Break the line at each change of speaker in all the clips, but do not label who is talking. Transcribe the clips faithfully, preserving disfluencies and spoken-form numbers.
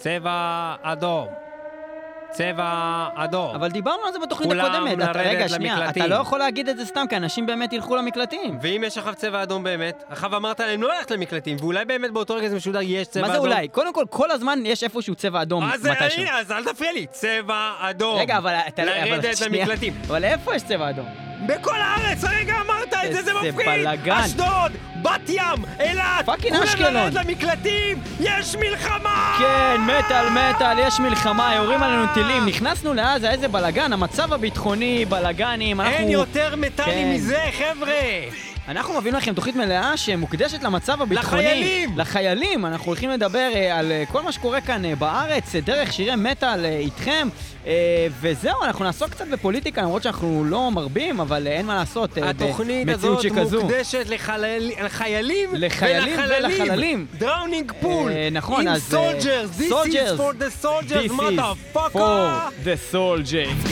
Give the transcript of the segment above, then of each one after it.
צבע אדום. צבע אדום.
אבל דיברנו על זה בתוכנית
כולם
הקודמת. אתה,
לרדת
רגע, שנייה,
למקלטים.
אתה לא יכול להגיד את זה סתם, כי אנשים באמת ילכו למקלטים.
ואם יש עכשיו צבע אדום באמת, עכשיו אמרת להם לא ללכת למקלטים, ואולי באמת באותו רגע זה משודר יש צבע
מה
אדום.
זה אולי? קודם כל, כל הזמן יש איפשהו צבע אדום
אז
מתישהו.
הנה, אז אל תפריע לי, צבע אדום.
רגע, אבל אתה... אבל
לרדת
שנייה.
למקלטים.
אבל איפה יש צבע אדום?
בכל הארץ, הרגע אמרת את זה, זה
איזה
מפחיד.
בלגן.
אשדוד, בת ים, אילת,
פאקינג
כולם
אשקלון.
לרדת למקלטים, יש מלחמה!
כן, מטל, מטל, יש מלחמה, יורים עלינו טילים, נכנסנו לעזה, איזה בלגן, המצב הביטחוני, בלגנים, אנחנו...
אין יותר מטאלי
כן.
מזה, חבר'ה!
אנחנו מביאים לכם תוכנית מלאה שמוקדשת למצב הביטחוני.
לחיילים!
לחיילים! אנחנו הולכים לדבר אה, על אה, כל מה שקורה כאן אה, בארץ, אה, דרך שירי מטל אה, איתכם, אה, וזהו, אנחנו נעסוק קצת בפוליטיקה, למרות שאנחנו לא מרבים, אבל אה, אין מה לעשות אה,
התוכנית
במציאות
הזאת
שכזו.
מוקדשת לחייל... לחיילים
לחיילים ולחללים.
דראונינג פול!
אה, נכון,
In
אז... אה,
soldiers! This
soldiers.
is for the soldiers,
This is
motherfucker!
for the soldiers.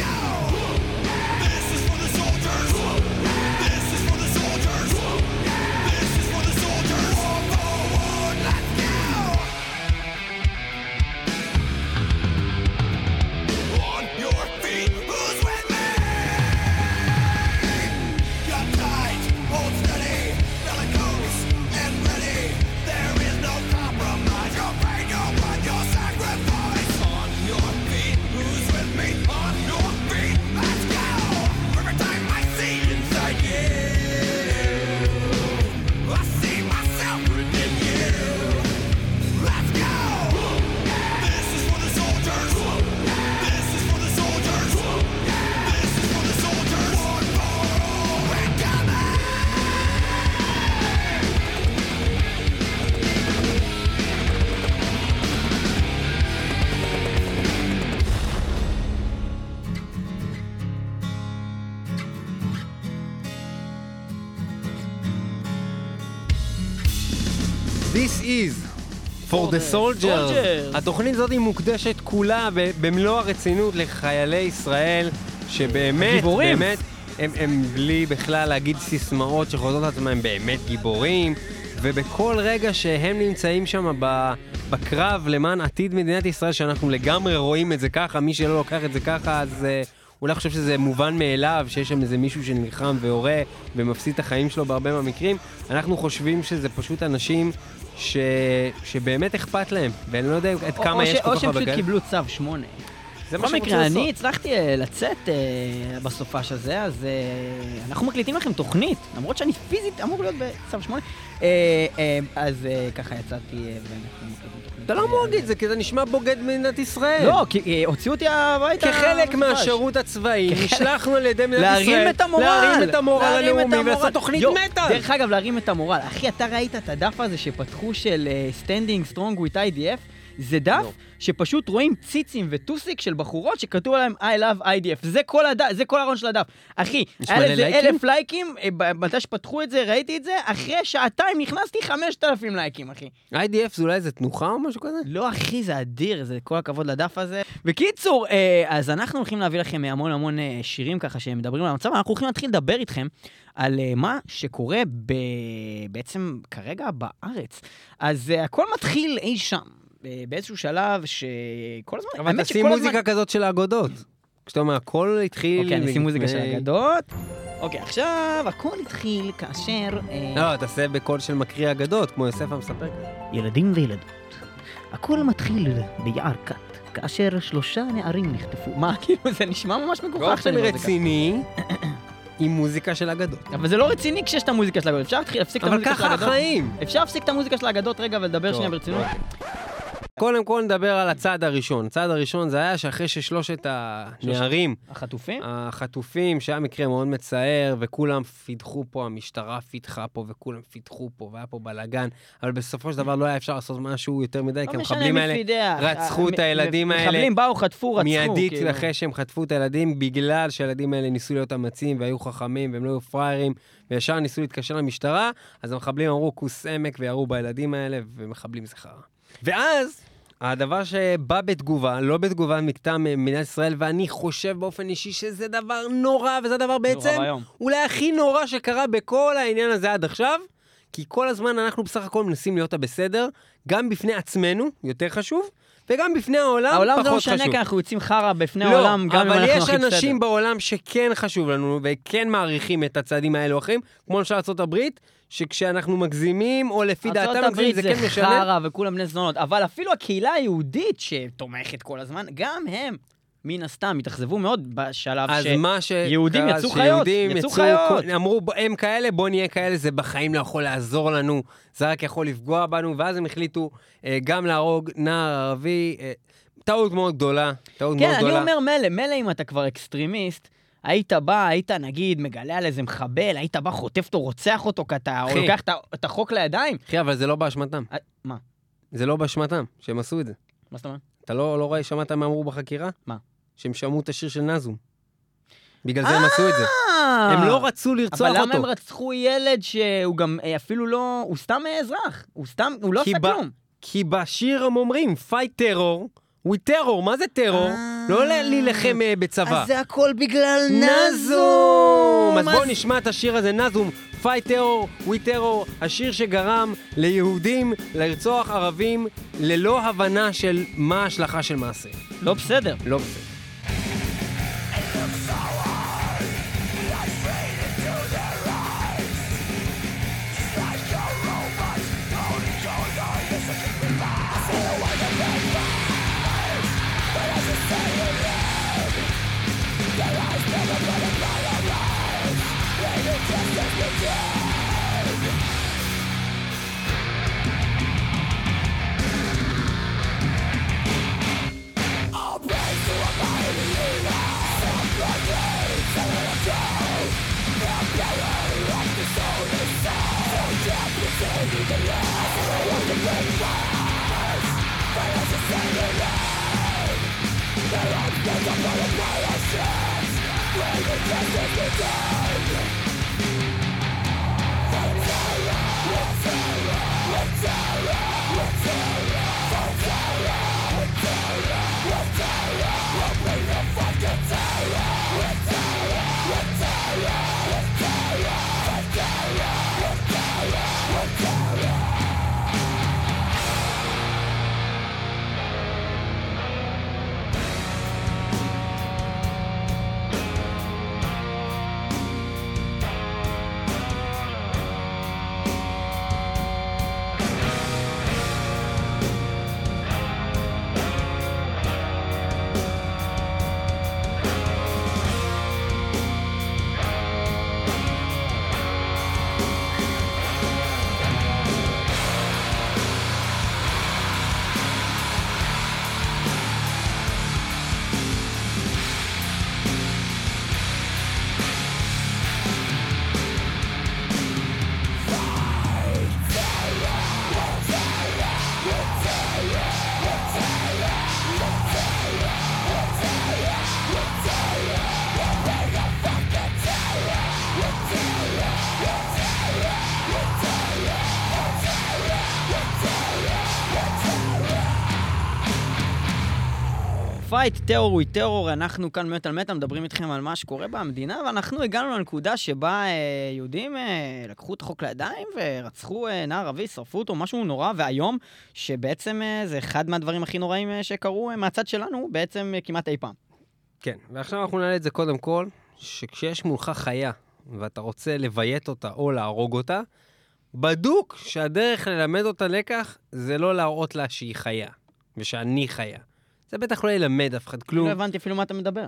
This is for the soldiers.
soldiers.
התוכנית הזאת היא מוקדשת כולה ב- במלוא הרצינות לחיילי ישראל, שבאמת,
גיבורים.
באמת, הם, הם בלי בכלל להגיד סיסמאות שחוזרות לעצמם, הם באמת גיבורים, ובכל רגע שהם נמצאים שם ב- בקרב למען עתיד מדינת ישראל, שאנחנו לגמרי רואים את זה ככה, מי שלא לוקח את זה ככה, אז... uh, אולי חושב שזה מובן מאליו, שיש שם איזה מישהו שנלחם והורה ומפסיד את החיים שלו בהרבה מהמקרים. אנחנו חושבים שזה פשוט אנשים ש... שבאמת אכפת להם, ואני לא יודע עד כמה יש כל כך
או שהם
הרבה
פשוט
כאלה.
קיבלו צו שמונה.
זה מה
בכל
שהם רוצים
מקרה,
לעשות.
אני הצלחתי אה, לצאת אה, בסופש הזה, אז אה, אנחנו מקליטים לכם תוכנית, למרות שאני פיזית אמור להיות בצו שמונה, אה, אה, אז אה, ככה יצאתי אה, ואנחנו מקליטים תוכנית.
אתה לא אמור להגיד, זה כי זה נשמע בוגד במדינת ישראל.
לא, כי אה, הוציאו אותי הביתה.
כחלק
בסופש.
מהשירות הצבאי, נשלחנו על ידי מדינת ישראל.
להרים את המורל.
להרים את המורל
להרים את
הלאומי,
המורל.
ולעשות תוכנית
יו,
מטאל.
דרך אגב, להרים את המורל. אחי, אתה ראית את הדף הזה שפתחו של uh, Standing Strong with איי די אף? זה דף
לא.
שפשוט רואים ציצים וטוסיק של בחורות שכתוב עליהם I love איי די אף. זה כל הדף, זה כל הרעיון של הדף. אחי,
יש
היה
מלא
לזה
לייקים?
אלף לייקים, אה, ב- מתי שפתחו את זה, ראיתי את זה, אחרי שעתיים נכנסתי חמשת אלפים לייקים, אחי.
איי די אף זה אולי איזה תנוחה או משהו כזה?
לא, אחי, זה אדיר, זה כל הכבוד לדף הזה. בקיצור, אה, אז אנחנו הולכים להביא לכם המון המון אה, שירים ככה שמדברים על המצב, אנחנו הולכים להתחיל לדבר איתכם על אה, מה שקורה ב... בעצם כרגע בארץ. אז אה, הכל מתחיל אי שם, אה, באיזשהו שלב שכל הזמן...
אבל
האמת
תשים
שכל
מוזיקה
הזמן...
כזאת של האגודות. כשאתה אומר, הכל התחיל...
אוקיי, אני אשים מוזיקה של
לפני-
אגדות. אוקיי, עכשיו הכל התחיל כאשר... אה,
לא, תעשה בקול של מקריא אגדות, כמו יוסף המספר.
ילדים וילדות. הכל מתחיל ביער כת, כאשר שלושה נערים נחטפו. מה, כאילו, זה נשמע ממש מגוחך
באופן
שאני אומר את זה
רציני, עם מוזיקה של אגדות.
ככה. אבל זה לא רציני כשיש את המוזיקה של האגדות. אפשר להתחיל להפסיק את
אבל
המוזיקה של
ככה
האגדות?
החיים.
אפשר להפסיק את המוזיקה של האגדות רגע ולדבר
טוב,
שנייה ברצינות?
קודם כל נדבר על הצעד הראשון. הצעד הראשון זה היה שאחרי ששלושת הנערים,
החטופים?
החטופים, שהיה מקרה מאוד מצער, וכולם פיתחו פה, המשטרה פיתחה פה, וכולם פיתחו פה, והיה פה בלגן, אבל בסופו של דבר לא היה אפשר לעשות משהו יותר מדי, כי המחבלים האלה רצחו את הילדים האלה.
מחבלים באו, חטפו, רצחו.
מיידית
כאילו.
אחרי שהם חטפו את הילדים, בגלל שהילדים האלה ניסו להיות אמצים, והיו חכמים, והם לא היו פריירים, וישר ניסו להתקשר למשטרה, אז המחבלים אמרו כוס עמק, וירו בילדים האלה, ומחבלים זה חרא. ואז, הדבר שבא בתגובה, לא בתגובה מקטע מדינת ישראל, ואני חושב באופן אישי שזה דבר נורא, וזה דבר בעצם
ואיום.
אולי הכי נורא שקרה בכל העניין הזה עד עכשיו, כי כל הזמן אנחנו בסך הכל מנסים להיות הבסדר, גם בפני עצמנו, יותר חשוב, וגם בפני העולם
העולם
פחות
זה לא
חשוב.
משנה, כי אנחנו יוצאים חרא בפני
לא,
העולם, גם אם
אבל
אנחנו
יש
הכי בסדר.
אנשים בעולם שכן חשוב לנו, וכן מעריכים את הצעדים האלו אחרים, כמו למשל ארצות הברית, שכשאנחנו מגזימים, או לפי דעתם מגזימים, זה כן
ארצות
משנה.
הברית זה חרא וכולם בני זונות, אבל אפילו הקהילה היהודית שתומכת כל הזמן, גם הם, מן הסתם, התאכזבו מאוד בשלב
אז
ש...
מה ש...
יהודים
קרה,
יצאו
שיהודים
חיות, יצאו
יצאו,
חיות.
אמרו, הם כאלה, בוא נהיה כאלה, זה בחיים לא יכול לעזור לנו, זה רק יכול לפגוע בנו, ואז הם החליטו אה, גם להרוג נער ערבי, אה, טעות מאוד גדולה, טעות
כן,
מאוד
אני
גדולה.
אומר מלא, מלא אם אתה כבר אקסטרימיסט, היית בא, היית נגיד מגלה על איזה מחבל, היית בא חוטף אותו, רוצח אותו, כי אתה
אחי.
או לוקח את ה- את החוק לידיים.
אחי, אבל זה לא באשמתם.
אה, מה?
זה לא באשמתם, שהם עשו את זה.
מה זאת אומרת?
אתה לא, לא רואה, שמעת מה אמרו בחקירה?
מה?
שהם שמעו את השיר של נזום. בגלל זה הם עשו את זה.
אה!
הם לא רצו לרצוח
אבל
אותו.
למה הם רצחו ילד שהוא גם אה, אפילו לא, הוא סתם אזרח, הוא סתם, הוא לא
כי
עשה
ב-
כלום.
כי בשיר הם אומרים, fight terror, we terror, מה זה טרור?
אה.
לא להילחם אה, בצבא.
אז זה הכל בגלל
נזום! אז
אז-
בואו נשמע את השיר הזה, נזום, fight terror, we terror, השיר שגרם ליהודים לרצוח ערבים ללא הבנה של מה ההשלכה של מעשה.
לא בסדר.
לא בסדר.
פייט, טרור הוא טרור, אנחנו כאן מטל מטל מדברים איתכם על מה שקורה במדינה, ואנחנו הגענו לנקודה שבה אה, יהודים אה, לקחו את החוק לידיים ורצחו אה, נער ערבי, שרפו אותו, משהו נורא והיום, שבעצם אה, זה אחד מהדברים הכי נוראים אה, שקרו אה, מהצד שלנו, בעצם אה, כמעט אי פעם.
כן, ועכשיו אנחנו נעלה את זה קודם כל, שכשיש מולך חיה, ואתה רוצה לביית אותה או להרוג אותה, בדוק שהדרך ללמד אותה לקח, זה לא להראות לה שהיא חיה, ושאני חיה. זה בטח לא ילמד אף אחד כלום.
לא הבנתי אפילו מה אתה מדבר.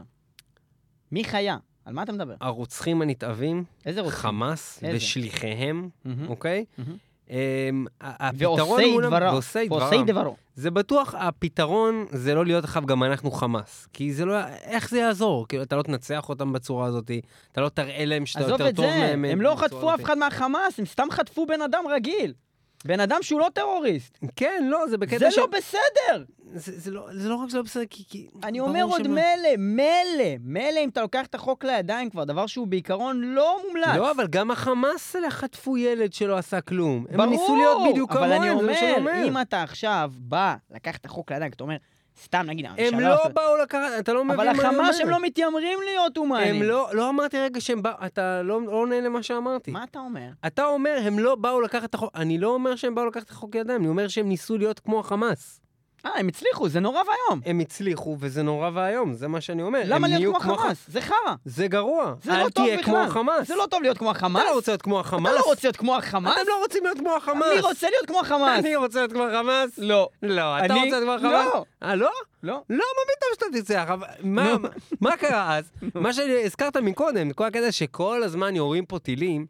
מי חיה? על מה אתה מדבר?
הרוצחים הנתעבים,
איזה רוצחים?
חמאס
איזה?
ושליחיהם,
מהמם.
אוקיי?
מהמם.
אמ, ה- הפתרון
ועושי
מולם-
דברו.
ועושי
ועושי
דברם.
דברו.
זה בטוח, הפתרון זה לא להיות אחריו גם אנחנו חמאס. כי זה לא, איך זה יעזור? כאילו, אתה לא תנצח אותם בצורה הזאת, אתה לא תראה להם שאתה
עזוב
יותר
את
טוב
זה,
מהם.
הם לא
בצורה
חטפו
הזאת.
אף אחד מהחמאס, הם סתם חטפו בן אדם רגיל. בן אדם שהוא לא טרוריסט.
כן, לא, זה בקטע
זה
ש...
לא בסדר.
זה, זה, לא, זה לא רק שזה לא בסדר, כי... כי
אני
ברור
אומר עוד
שמה-
מלא, מלא, מלא אם אתה לוקח את החוק לידיים כבר, דבר שהוא בעיקרון לא מומלץ.
לא, אבל גם החמאס אלה חטפו ילד שלא עשה כלום. הם
ברור,
ניסו להיות בדיוק
אבל
כמוהם,
אני
זה מה שאני
אומר,
אומר.
אם אתה עכשיו בא לקח את החוק לידיים, אתה אומר, סתם נגיד,
הם
הממשלה
לא
עושה-
באו לקחת, אתה לא מבין
אבל
מה אני אומר.
החמאס הם לא מתיימרים להיות הומנים.
הם לא, לא אמרתי רגע שהם באו, אתה לא, לא עונה למה שאמרתי.
מה אתה אומר?
אתה אומר, הם לא באו לקחת את החוק, אני לא אומר שהם באו לקחת את החוק לידיים, אני אומר שהם ניסו להיות כמו החמאס.
אה, הם הצליחו, זה נורא והיום.
הם הצליחו, וזה נורא והיום, זה מה שאני אומר.
למה להיות כמו החמאס? זה חרא.
זה גרוע.
זה לא טוב בכלל.
אל תהיה כמו החמאס.
זה לא טוב להיות כמו החמאס.
אתה לא רוצה להיות כמו החמאס.
אתה לא רוצה להיות כמו החמאס.
אתם לא רוצים להיות כמו החמאס.
אני רוצה להיות כמו החמאס.
אני רוצה להיות כמו החמאס.
לא.
לא, אתה
אני-
רוצה להיות כמו החמאס?
לא.
אה, לא?
לא.
לא, מה פתאום שאתה תצא? אבל מה- מה קרה אז? מה שהזכרת מקודם, כל הקטע שכל הזמן יורים פה טילים,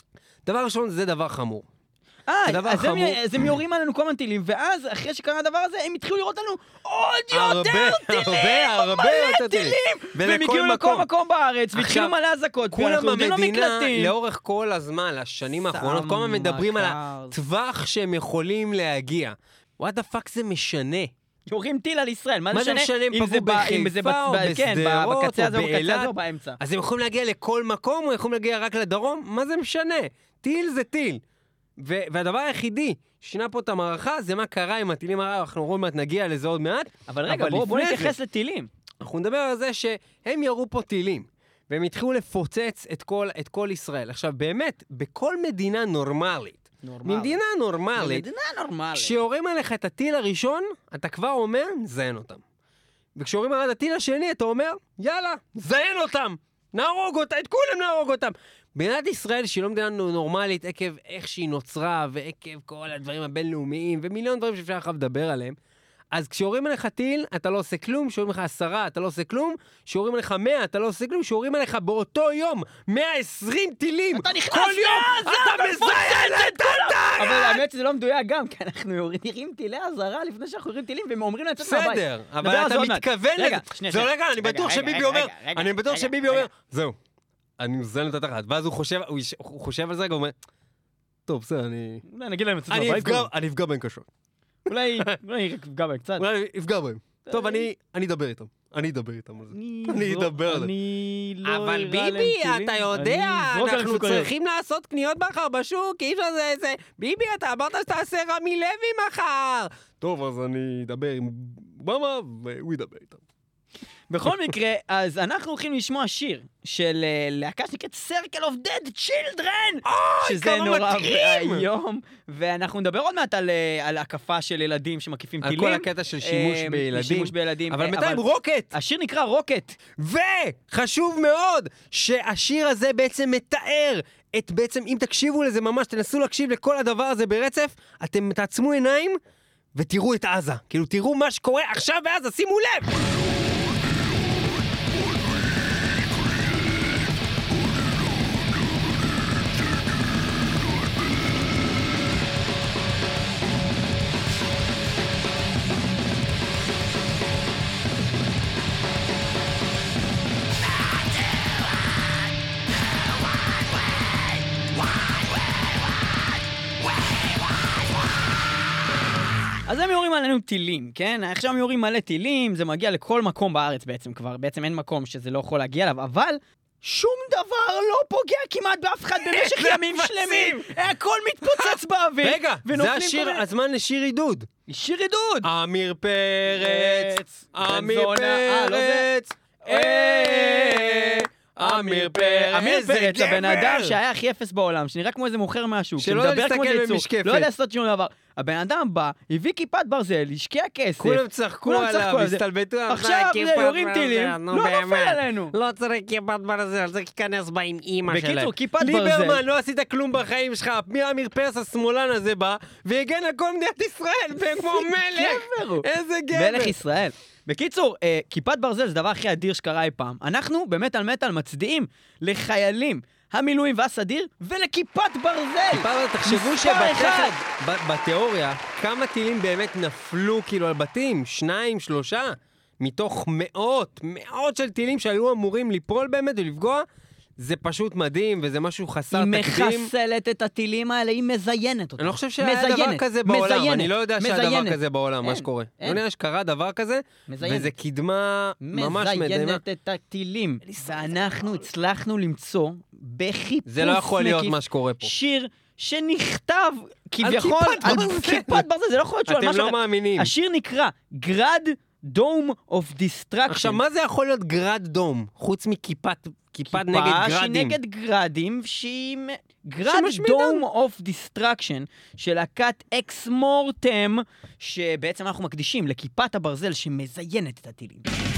דבר ראשון, זה דבר חמור.
אה,
זה דבר
אז הם-
חמור.
אז הם יורים עלינו כל מיני טילים, ואז אחרי שקרה הדבר הזה, הם התחילו לראות לנו עוד
הרבה,
יותר טילים,
הרבה, הרבה
מלא
יותר טילים.
טילים, והם
ולכל
הגיעו לכל
מקום.
מקום בארץ, והתחילו
עכשיו,
מלא אזעקות,
כולם
ואנחנו יורדים
במדינה,
למקלטים.
לאורך כל הזמן, לשנים האחרונות, כל הזמן מדברים על הטווח שהם יכולים להגיע. what the fuck זה משנה?
יורים טיל על ישראל, מה
מה
זה
זה
משנה
משנה אם
אם זה
פגעו
ב- אם זה
בחיפה
ב-
או
כן,
בשדרות
בקצה
או
הזה או בקצה
באילת?
הזה או באמצע.
אז הם יכולים להגיע לכל מקום, או יכולים להגיע רק לדרום? מה זה משנה? טיל זה טיל. ו- והדבר היחידי שינה פה את המערכה, זה מה קרה עם הטילים הרע, אנחנו רואים מעט נגיע לזה עוד מעט.
אבל רגע, בואו בוא
לפני
נתייחס
זה,
לטילים.
אנחנו נדבר על זה שהם ירו פה טילים, והם התחילו לפוצץ את כל, את כל ישראל. עכשיו, באמת, בכל מדינה נורמלית, ממדינה נורמלית,
מדינה נורמלית.
כשיורים עליך את הטיל הראשון, אתה כבר אומר, זיין אותם. וכשיורים עליך את הטיל השני, אתה אומר, יאללה, זיין אותם, נהרוג אותם, את כולם נהרוג אותם. מדינת ישראל, שהיא לא מדינה נורמלית, עקב איך שהיא נוצרה, ועקב כל הדברים הבינלאומיים, ומיליון דברים שאפשר לך לדבר עליהם, אז כשיורים עליך טיל, אתה לא עושה כלום, כשיורים עליך עשרה, אתה לא עושה כלום, כשיורים עליך מאה, אתה לא עושה כלום, כשיורים עליך באותו יום, מאה ועשרים טילים,
אתה נכנס
כל יום,
לעזה,
אתה מזיין את הטייק!
אבל האמת שזה לא מדויק גם, כי אנחנו יורים טילי אזהרה לפני שאנחנו יורים טילים, והם אומרים לצאת מהבית.
בסדר,
נדבר
אבל
על
אתה
זה עוד מעט.
מתכוון
רגע,
לזה.
שנייה,
זה
שנייה.
רגע, אני
רגע,
בטוח
רגע,
שביבי
רגע,
אומר,
רגע,
אני בטוח
רגע,
שביבי
רגע.
אומר, זהו, אני מזיין את התחת, ואז הוא חושב, הוא יש- הוא חושב על זה רגע, הוא אומר, טוב, בסדר, אני...
אולי נגיד להם לצאת
אני
מהבית.
אפגע- אני אפגע בהם קשות.
אולי אולי יפגע בהם קצת.
אולי אני אפגע בהם. טוב, אני אני אדבר איתם. אני אדבר איתם על זה. אני אדבר על זה.
אני לא
אבל
אראה להם
ביבי,
טילים.
אתה יודע,
אני אזרוק עליהם
אנחנו
סוכריות.
צריכים לעשות קניות מחר בשוק, אי אפשר זה, זה... ביבי, אתה אמרת שתעשה רמי לוי מחר! טוב, אז אני אדבר עם אובמה, והוא ידבר איתם.
בכל מקרה, אז אנחנו הולכים לשמוע שיר של אה, להקה שנקראת Circle of Dead Children, שזה
כמה
נורא
מתאים!
והיום, ואנחנו נדבר עוד מעט על, אה, על הקפה של ילדים שמקיפים
על
טילים.
כל הקטע של שימוש
אה,
בילדים.
שימוש בילדים.
אבל
אה,
בינתיים רוקט!
השיר נקרא רוקט.
וחשוב מאוד שהשיר הזה בעצם מתאר את בעצם, אם תקשיבו לזה ממש, תנסו להקשיב לכל הדבר הזה ברצף, אתם תעצמו עיניים ותראו את עזה. כאילו, תראו מה שקורה עכשיו בעזה, שימו לב!
אז הם יורים עלינו טילים, כן? עכשיו הם יורים מלא טילים, זה מגיע לכל מקום בארץ בעצם כבר, בעצם אין מקום שזה לא יכול להגיע אליו, אבל שום דבר לא פוגע כמעט באף אחד במשך
זה
ימים
מקסים!
שלמים. הכל מתפוצץ באוויר.
רגע, זה
ונופלים
השיר,
כל מיני-
הזמן לשיר עידוד.
שיר עידוד.
אמיר פרץ, אמיר
בן זונה, אה, לא זה?
פרץ, אה, אמיר פרץ,
אמיר
איזה
פרץ, הבן
גבר.
אדם שהיה הכי אפס בעולם, שנראה כמו איזה מוכר מהשוק,
שלא יודע
שמדבר כמו
להסתכל
זה יצור,
במשקפת.
לא יודע לעשות שום דבר. הבן אדם בא, הביא כיפת ברזל, השקיע כסף.
כולם צחקו
כולם צחקו
עליו,
על זה.
הסתלבטו עליו.
עכשיו
כיפת
יורים
ברזל,
טילים,
נו,
לא נופל
באמת.
עלינו.
לא צריך כיפת ברזל, זה להיכנס בה עם אימא שלהם.
בקיצור, כיפת ברזל.
ליברמן, לא עשית כלום בחיים שלך. מי אמיר פרץ השמאלן הזה בא, והגן על כל מדינת ישראל, והם כמו מלך.
גבר הוא.
איזה גבר.
מלך ישראל. בקיצור, אה, כיפת ברזל זה הדבר הכי אדיר שקרה אי פעם. אנחנו באמת על מטל מצדיעים לחיילים, המילואים והסדיר, ולכיפת ברזל.
כיפת ברזל, תחשבו
מספר אחד.
שבתכן, בתיאוריה, כמה טילים באמת נפלו כאילו על בתים? שניים, שלושה? מתוך מאות, מאות של טילים שהיו אמורים ליפול באמת ולפגוע? זה פשוט מדהים, וזה משהו חסר
היא
תקדים.
מחסלת את הטילים האלה, היא מזיינת אותם.
אני לא חושב שהיה דבר
מזיינת,
כזה בעולם,
מזיינת,
אני לא יודע שהיה דבר
מזיינת.
כזה בעולם, מה
אין,
שקורה.
אין.
לא נראה שקרה דבר כזה,
מזיינת.
וזה קדמה ממש מדהימה.
מזיינת את הטילים. ואנחנו הצלחנו למצוא בחיפוש
זה לא יכול להיות
מקיף
מה שקורה פה.
שיר שנכתב כביכול
כיפת
על
ברזל.
כיפת ברזל, זה לא יכול להיות שהוא על
אתם
משהו
לא
אחר.
מאמינים.
השיר נקרא גרד דום אוף דיסטרקשן.
עכשיו, מה זה יכול להיות גרד דום, חוץ מכיפת כיפת נגד
שהיא
גרדים?
נגד גרדים, שהיא... גרד דום אוף דיסטרקשן של להקת אקס מורטם, שבעצם אנחנו מקדישים לכיפת הברזל שמזיינת את הטילים.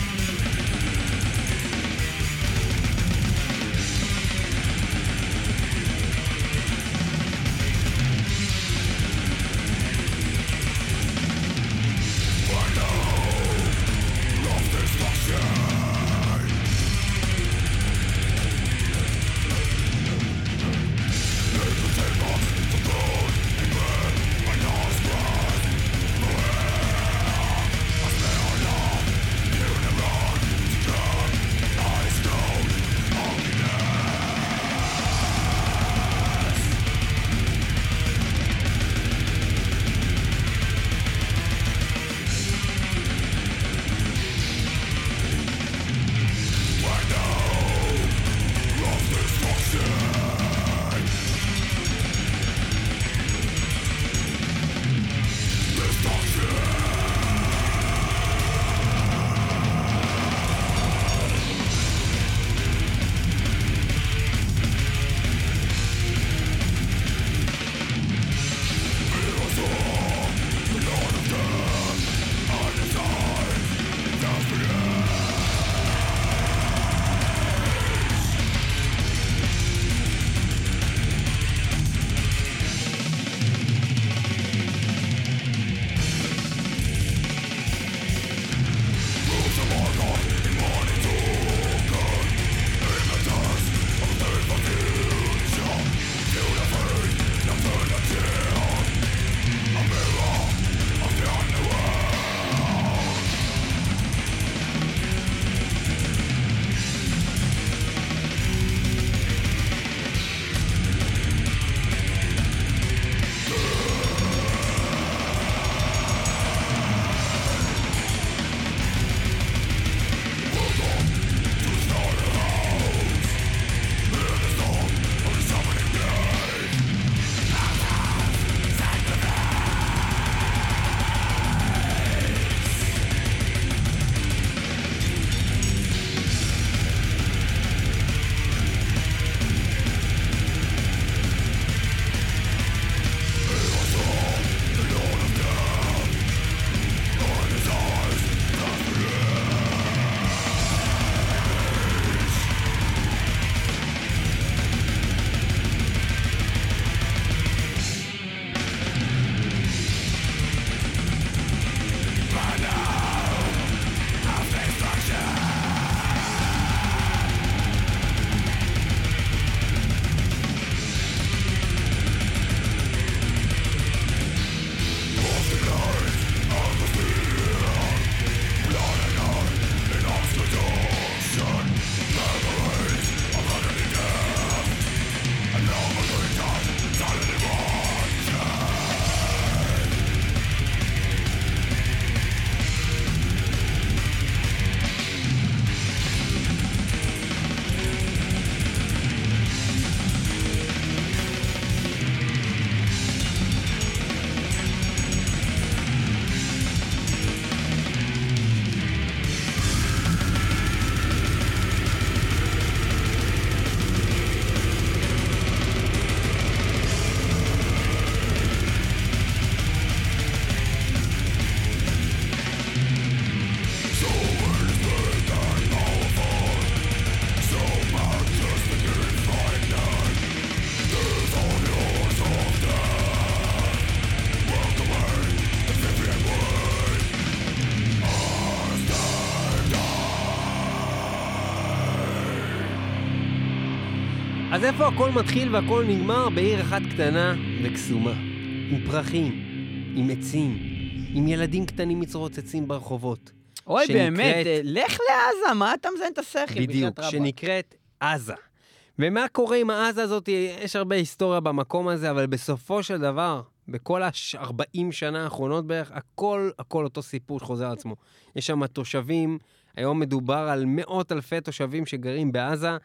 אז איפה הכל מתחיל והכל נגמר? בעיר אחת קטנה וקסומה, עם פרחים, עם עצים, עם ילדים קטנים מצרוצצים ברחובות.
אוי, שנקראת... באמת, לך לעזה, מה אתה מזיין את השכל?
בדיוק, שנקראת עזה. ומה קורה עם העזה הזאת? יש הרבה היסטוריה במקום הזה, אבל בסופו של דבר, בכל ה-ארבעים שנה האחרונות בערך, הכל, הכל אותו סיפור שחוזר עצמו. יש שם תושבים, היום מדובר על מאות אלפי תושבים שגרים בעזה,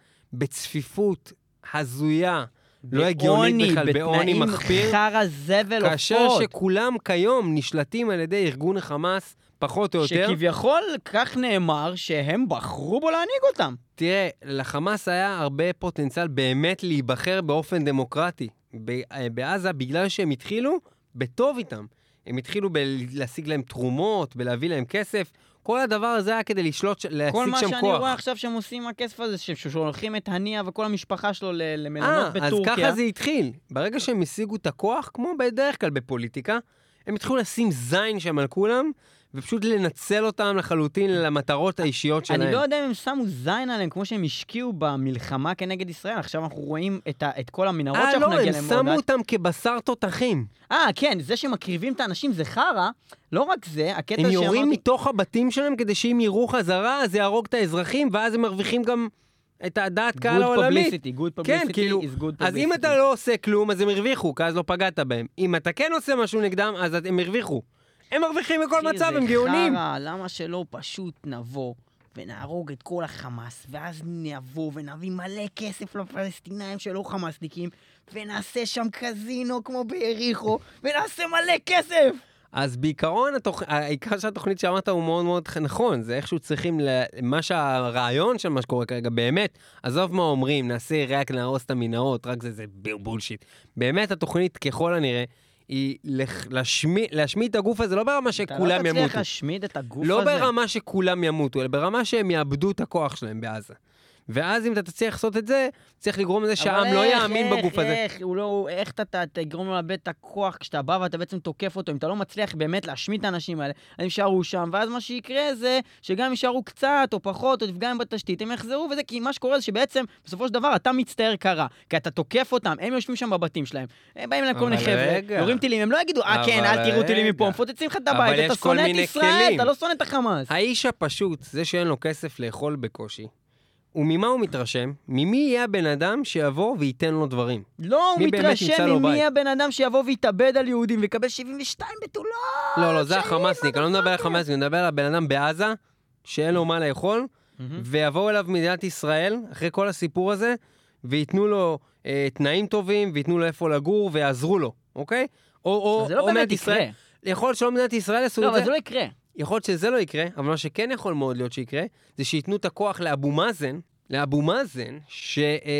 בצפיפות הזויה, לא הגיונית בכלל, בעוני מחפיר.
בתנאים חרא זבל
כאשר עופות. שכולם כיום נשלטים על ידי ארגון החמאס, פחות או יותר.
שכביכול, כך נאמר, שהם בחרו בו להנהיג אותם.
תראה, לחמאס היה הרבה פוטנציאל באמת להיבחר באופן דמוקרטי בעזה, בגלל שהם התחילו בטוב איתם. הם התחילו להשיג להם תרומות, בלהביא להם כסף. כל הדבר הזה היה כדי לשלוט, להשיג שם כוח.
כל מה שאני רואה עכשיו שהם עושים הכסף הזה, ששולחים את הנייה וכל המשפחה שלו למלונות בטורקיה.
אז ככה זה התחיל. ברגע שהם השיגו את הכוח, כמו בדרך כלל בפוליטיקה, הם התחילו לשים זין שם על כולם, ופשוט לנצל אותם לחלוטין למטרות האישיות שלהם.
אני לא יודע אם הם שמו זין עליהם, כמו שהם השקיעו במלחמה כנגד ישראל. עכשיו אנחנו רואים את, ה, את כל המנהרות שאנחנו
לא,
נגיע להם.
אה, לא, הם שמו אותם כבשר תותחים.
אה, כן, זה שמקריבים את האנשים זה חרה. לא רק זה, הקטע
הם
שאמרתי...
יורים מתוך הבתים שלהם כדי שאם יראו חזרה, אז יהרוג את האזרחים, ואז הם מרוויחים גם את הדעת קהל העולמית.
Good publicity, good publicity
כן, כאילו,
is good publicity.
אז אם אתה לא עושה כלום, אז הם הרוויחו, כי אז לא פגעת בהם. אם אתה כן עושה משהו נגדם, אז הם הרוויחו. הם מרוויחים בכל מצב, הם גאונים.
חרה, למה שלא פשוט נבוא ונהרוג את כל החמאס, ואז נבוא ונביא מלא כסף לפלסטינאים שלא חמאסניקים, ונעשה שם קזינו כמו ביריחו, ונעשה מלא כסף!
אז בעיקרון, התוכ... העיקר שהתוכנית שאמרת הוא מאוד מאוד נכון, זה איכשהו צריכים, מה שהרעיון של מה שקורה כרגע, באמת, עזוב מה אומרים, נעשה רק נהרוס את המנהרות, רק זה, זה בולשיט. באמת התוכנית ככל הנראה, היא להשמיד, להשמיד את הגוף הזה, לא ברמה שכולם ימותו.
אתה לא תצליח להשמיד את הגוף
לא
הזה.
לא ברמה שכולם ימותו, אלא ברמה שהם יאבדו את הכוח שלהם בעזה. ואז אם אתה תצליח לעשות את זה, צריך לגרום לזה שהעם לא יאמין
איך,
בגוף הזה.
איך, הוא לא, איך אתה תגרום לו לאבד את הכוח כשאתה בא ואתה בעצם תוקף אותו, אם אתה לא מצליח באמת להשמיד את האנשים האלה, הם יישארו שם, ואז מה שיקרה זה שגם יישארו קצת או פחות, או תפגע עם בתשתית, הם יחזרו, וזה כי מה שקורה זה שבעצם בסופו של דבר אתה מצטער קרה, כי אתה תוקף אותם, הם יושבים שם בבתים שלהם, הם באים להם כל מיני חבר'ה, יורים טילים, הם לא יגידו, אה כן, אל תראו טילים מפה, מפוצצים לך את הבית, אתה שונא את ישראל, אתה לא שונא את החמאס.
האיש הפשוט, זה שאין לו כסף לאכול בקושי, וממה הוא מתרשם? ממי יהיה הבן אדם שיבוא וייתן לו דברים?
לא, הוא מתרשם ממי יהיה הבן אדם שיבוא ויתאבד על יהודים ויקבל שבעים ושתיים בתולות.
לא, לא, זה החמאסניק, אני לא מדבר על החמאסניק, אני מדבר על הבן אדם בעזה, שאין לו מה לאכול, ויבואו אליו מדינת ישראל, אחרי כל הסיפור הזה, ויתנו לו אה, תנאים טובים, ויתנו לו איפה לגור, ויעזרו לו, אוקיי? או, או,
זה לא באמת יקרה.
יכול להיות שלא מדינת ישראל עשו את זה.
לא, אבל זה לא יקרה.
יכול להיות שזה לא יקרה, אבל מה שכן יכול מאוד להיות שיקרה, זה שיתנו את הכוח לאבו מאזן, לאבו מאזן, ש,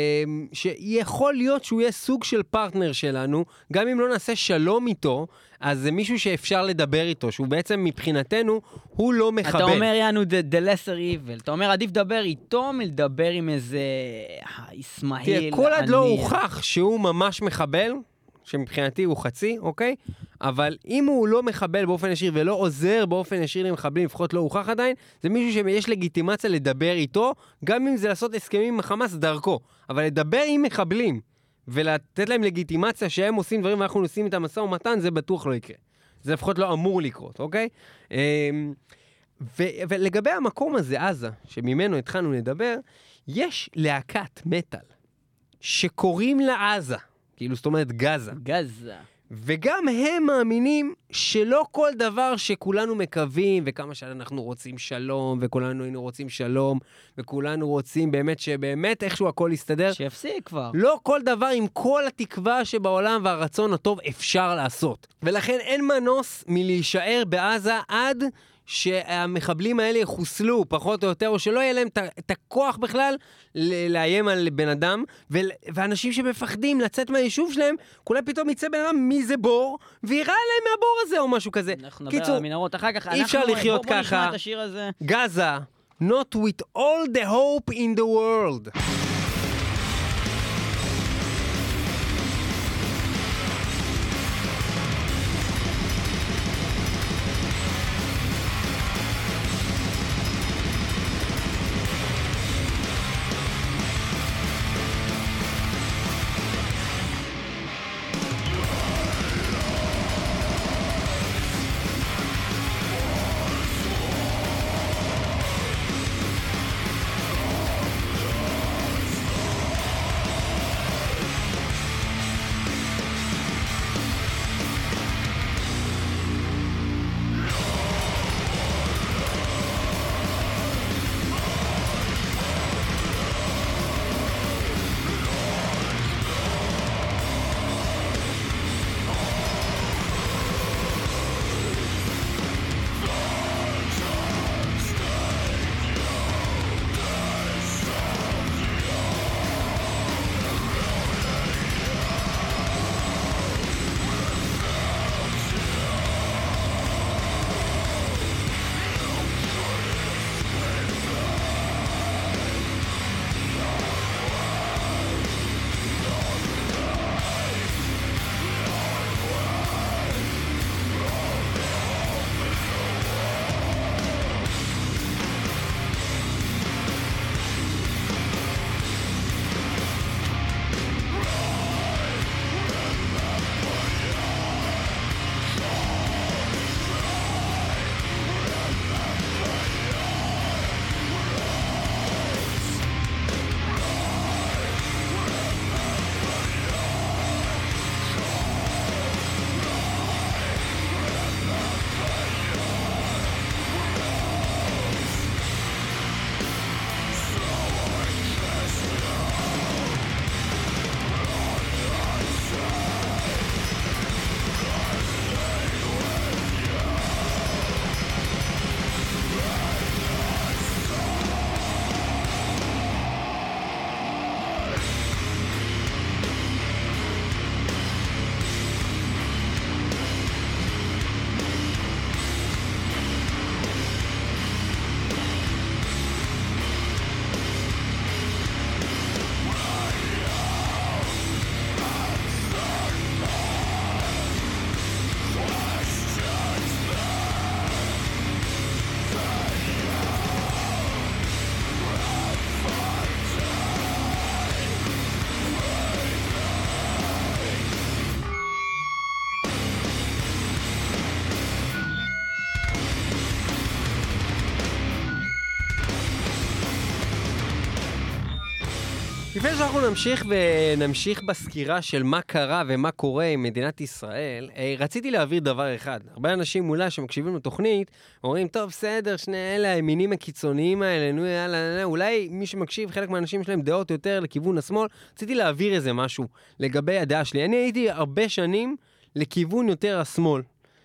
שיכול להיות שהוא יהיה סוג של פרטנר שלנו, גם אם לא נעשה שלום איתו, אז זה מישהו שאפשר לדבר איתו, שהוא בעצם מבחינתנו, הוא לא מחבל.
אתה אומר יענו, the, the lesser evil, אתה אומר, עדיף לדבר איתו, מלדבר עם איזה איסמאעיל.
תראה, כל עד לא הוכח שהוא ממש מחבל, שמבחינתי הוא חצי, אוקיי? אבל אם הוא לא מחבל באופן ישיר ולא עוזר באופן ישיר למחבלים, לפחות לא הוכח עדיין, זה מישהו שיש לגיטימציה לדבר איתו, גם אם זה לעשות הסכמים עם החמאס דרכו. אבל לדבר עם מחבלים ולתת להם לגיטימציה שהם עושים דברים ואנחנו עושים את המשא ומתן, זה בטוח לא יקרה. זה לפחות לא אמור לקרות, אוקיי? ו- ולגבי המקום הזה, עזה, שממנו התחלנו לדבר, יש להקת מטל שקוראים לה עזה. כאילו, זאת אומרת, גזה.
גזה.
וגם הם מאמינים שלא כל דבר שכולנו מקווים, וכמה שאנחנו רוצים שלום, וכולנו היינו רוצים שלום, וכולנו רוצים באמת שבאמת איכשהו הכל יסתדר.
שיפסיק כבר.
לא כל דבר עם כל התקווה שבעולם והרצון הטוב אפשר לעשות. ולכן אין מנוס מלהישאר בעזה עד שהמחבלים האלה יחוסלו, פחות או יותר, או שלא יהיה להם את הכוח בכלל לאיים על בן אדם, ואנשים שמפחדים לצאת מהיישוב שלהם, כולם פתאום יצא בן אדם מי זה בור, ויראה להם מהבור הזה או משהו כזה.
אנחנו נדבר על המנהרות אחר כך.
אי אפשר לחיות ככה.
בוא נשמע את השיר הזה.
גזה, not with all the hope in the world. לפני שאנחנו נמשיך ונמשיך בסקירה של מה קרה ומה קורה עם מדינת ישראל, רציתי להעביר דבר אחד. הרבה אנשים אולי שמקשיבים לתוכנית, אומרים, טוב, בסדר, שני אלה, הימינים הקיצוניים האלה, נו, יאללה, יאללה, אולי מי שמקשיב, חלק מהאנשים שלהם דעות יותר לכיוון השמאל, רציתי להעביר איזה משהו לגבי הדעה שלי. אני הייתי הרבה שנים לכיוון יותר השמאל,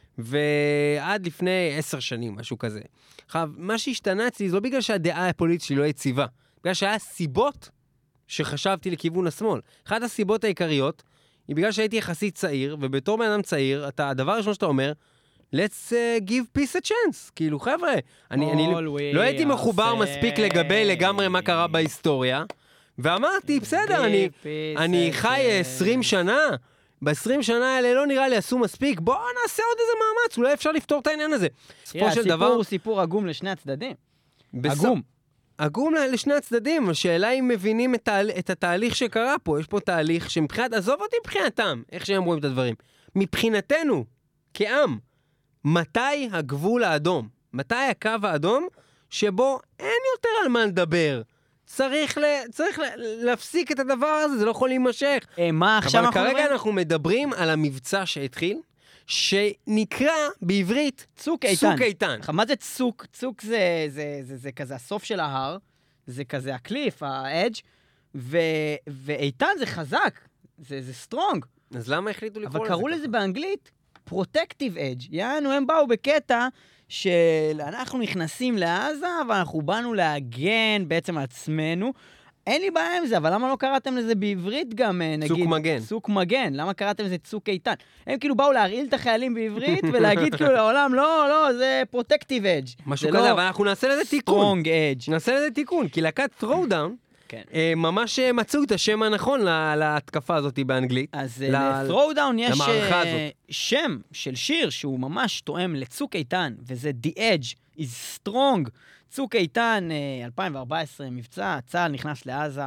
ועד לפני עשר שנים, משהו כזה. עכשיו, מה שהשתנה אצלי, זה לא בגלל שהדעה הפוליטית שלי לא יציבה, בגלל שהיה סיבות שחשבתי לכיוון השמאל. אחת הסיבות העיקריות היא בגלל שהייתי יחסית צעיר, ובתור בן אדם צעיר, אתה, הדבר הראשון שאתה אומר, let's uh, give peace a chance. כאילו, חבר'ה, אני, אני לא הייתי מחובר מספיק לגבי לגמרי מה קרה בהיסטוריה, ואמרתי, בסדר, אני, אני חי עשרים שנה, ב-עשרים שנה האלה לא נראה לי עשו מספיק, בואו נעשה עוד איזה מאמץ, אולי אפשר לפתור את העניין הזה.
תראה, הסיפור הוא סיפור עגום לשני הצדדים. עגום.
עגום לשני הצדדים, השאלה אם מבינים את, תה, את התהליך שקרה פה. יש פה תהליך שמבחינת, עזוב אותי מבחינתם, איך שהם רואים את הדברים. מבחינתנו, כעם, מתי הגבול האדום? מתי הקו האדום שבו אין יותר על מה לדבר? צריך, ל, צריך ל, להפסיק את הדבר הזה, זה לא יכול להימשך.
אה, מה עכשיו אנחנו
אבל כרגע
מדברים?
אנחנו מדברים על המבצע שהתחיל, שנקרא בעברית
צוק איתן.
צוק איתן.
מה זה צוק? צוק זה, זה, זה, זה כזה הסוף של ההר, זה כזה הקליף, האדג', ו, ואיתן זה חזק, זה, זה סטרונג.
אז למה החליטו לקרוא לזה?
אבל קראו לזה באנגלית פרוטקטיב אדג'. יענו, הם באו בקטע של אנחנו נכנסים לעזה, ואנחנו באנו להגן בעצם על עצמנו. אין לי בעיה עם זה, אבל למה לא קראתם לזה בעברית גם, נגיד?
צוק מגן.
צוק מגן. למה קראתם לזה צוק איתן? הם כאילו באו להרעיל את החיילים בעברית, ולהגיד כאילו לעולם, לא, לא, זה פרוטקטיב אדג'.
משהו כזה, אבל אנחנו נעשה לזה תיקון.
סטרונג אדג'.
נעשה לזה תיקון, כי להקת throwdown,
כן.
ממש מצאו את השם הנכון להתקפה הזאת באנגלית.
אז ל-throwdown יש
למערכה הזאת.
שם של שיר שהוא ממש תואם לצוק איתן, וזה The Edge is Strong. צוק איתן, אלפיים וארבע עשרה, מבצע, צה"ל נכנס לעזה,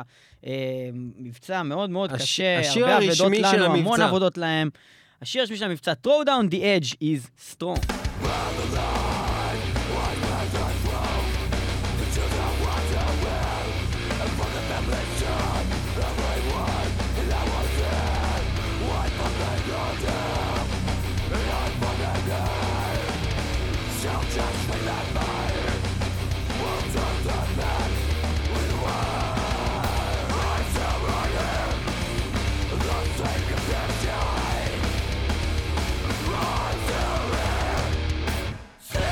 מבצע מאוד מאוד
הש...
קשה,
השיר
הרבה עבודות
הרשמי של
לנו,
המבצע.
המון עבודות להם. השיר הרשמי של המבצע, Throwdown, The Edge is Strong.
Say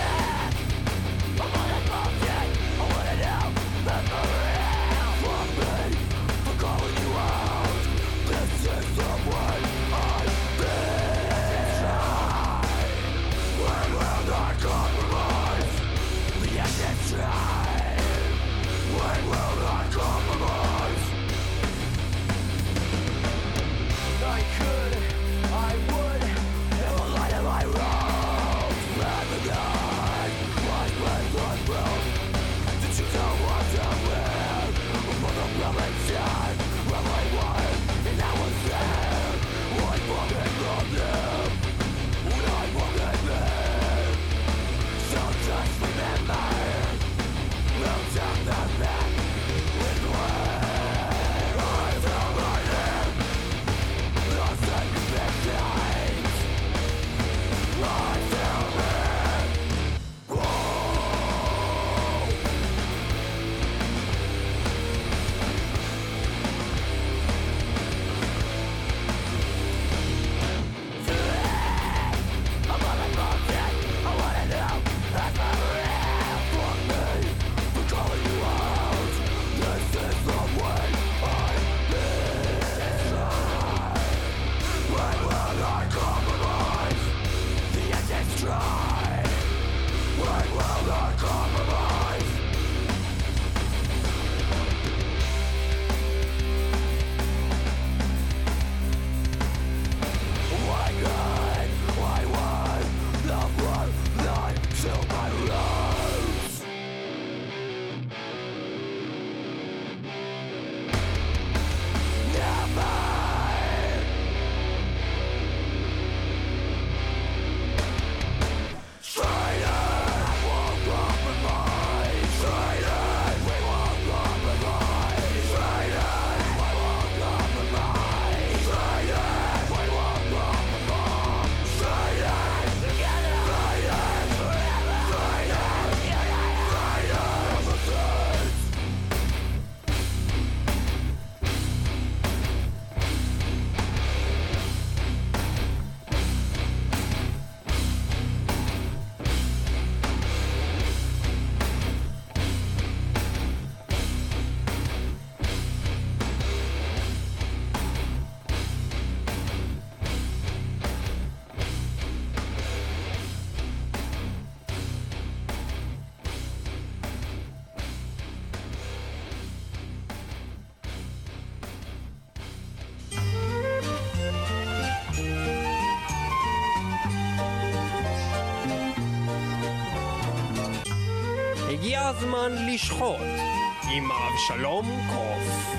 הזמן לשחוט עם אבשלום קוף.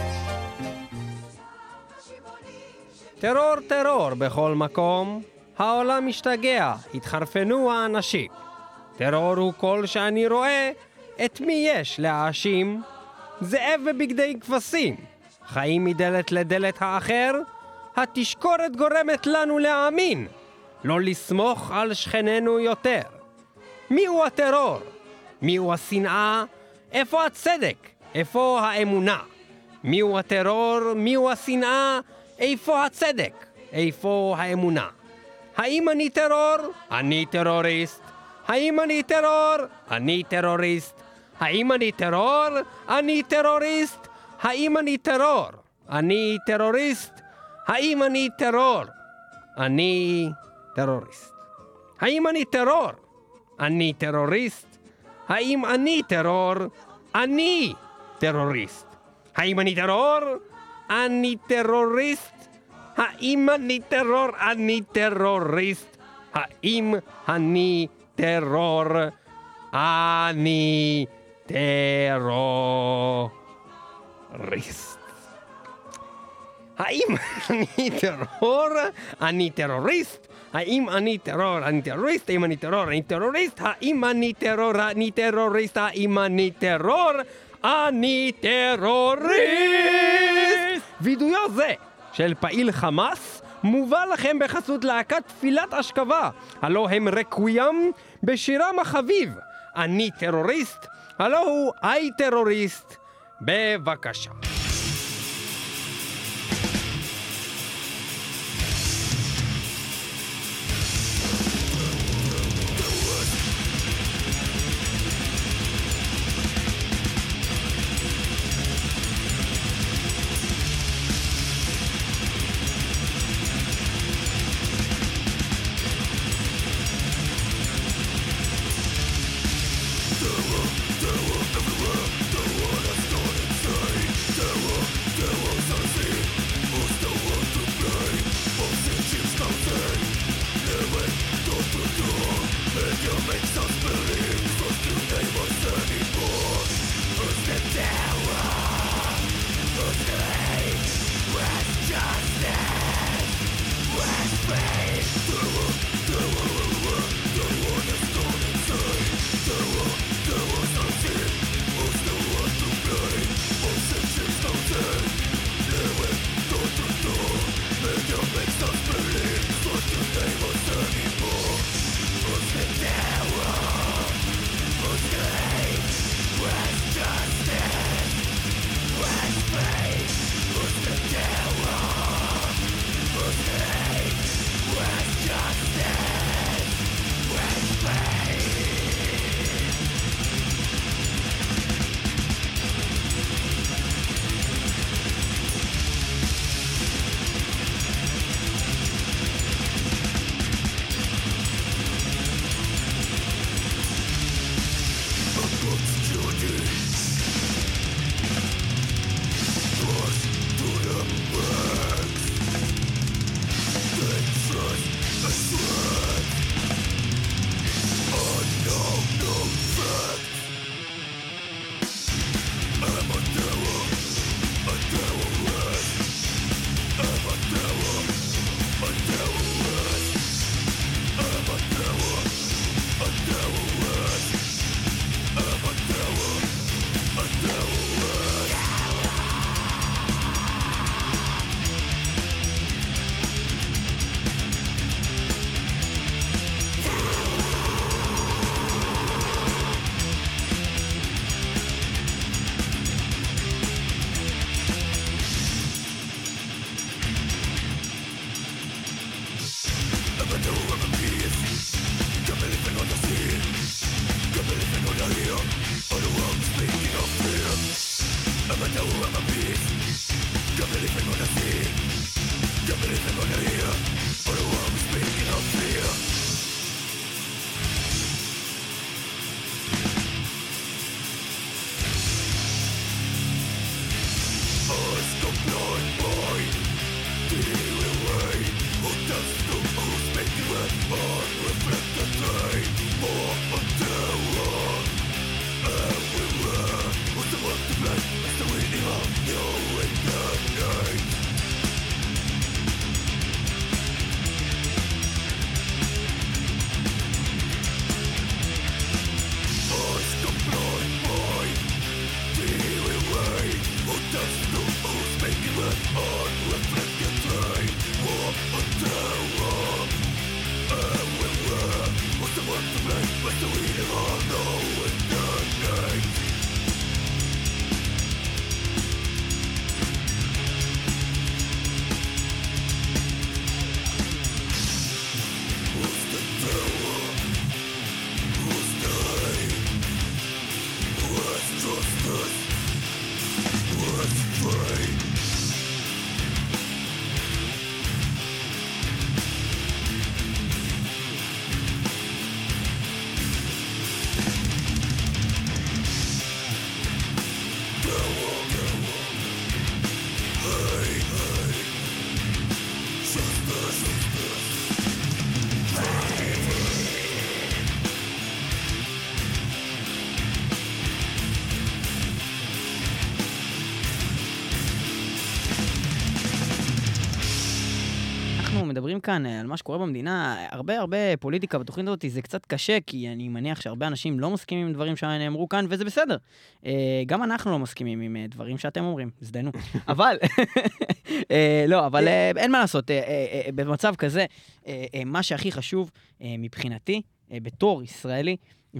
טרור טרור בכל מקום, העולם משתגע, התחרפנו האנשים. טרור הוא כל שאני רואה, את מי יש להאשים? זאב בבגדי כבשים, חיים מדלת לדלת האחר, התשקורת גורמת לנו להאמין, לא לסמוך על שכננו יותר. מיהו הטרור? מיהו השנאה? איפה הצדק? איפה האמונה? מיהו הטרור? מיהו השנאה? איפה הצדק? איפה האמונה? האם אני טרור? אני טרוריסט. האם אני טרור? אני טרוריסט. האם אני טרור? אני טרוריסט. האם אני טרור? אני טרוריסט. האם אני טרור? אני טרוריסט. האם אני טרור? אני טרוריסט. האם אני טרור? אני טרוריסט. האם אני טרור? אני טרוריסט. האם אני טרור? אני טרוריסט. האם אני טרור? אני טרוריסט. האם אני טרור? אני טרוריסט. האם אני טרור? אני טרוריסט. האם אני טרור? אני טרוריסט. האם אני טרור? אני טרוריסט. האם אני טרור? אני טרוריסט. וידאו זה של פעיל חמאס מובא לכם בחסות להקת תפילת אשכבה, הלא הם רקווים בשירם החביב אני טרוריסט, הלא הוא איי טרוריסט. בבקשה.
Terror
מדברים כאן על מה שקורה במדינה, הרבה הרבה פוליטיקה בתוכנית הזאת, זה קצת קשה, כי אני מניח שהרבה אנשים לא מסכימים עם דברים שנאמרו כאן, וזה בסדר. גם אנחנו לא מסכימים עם דברים שאתם אומרים, זדיינו. אבל, לא, אבל אין מה לעשות. במצב כזה, מה שהכי חשוב מבחינתי, בתור ישראלי,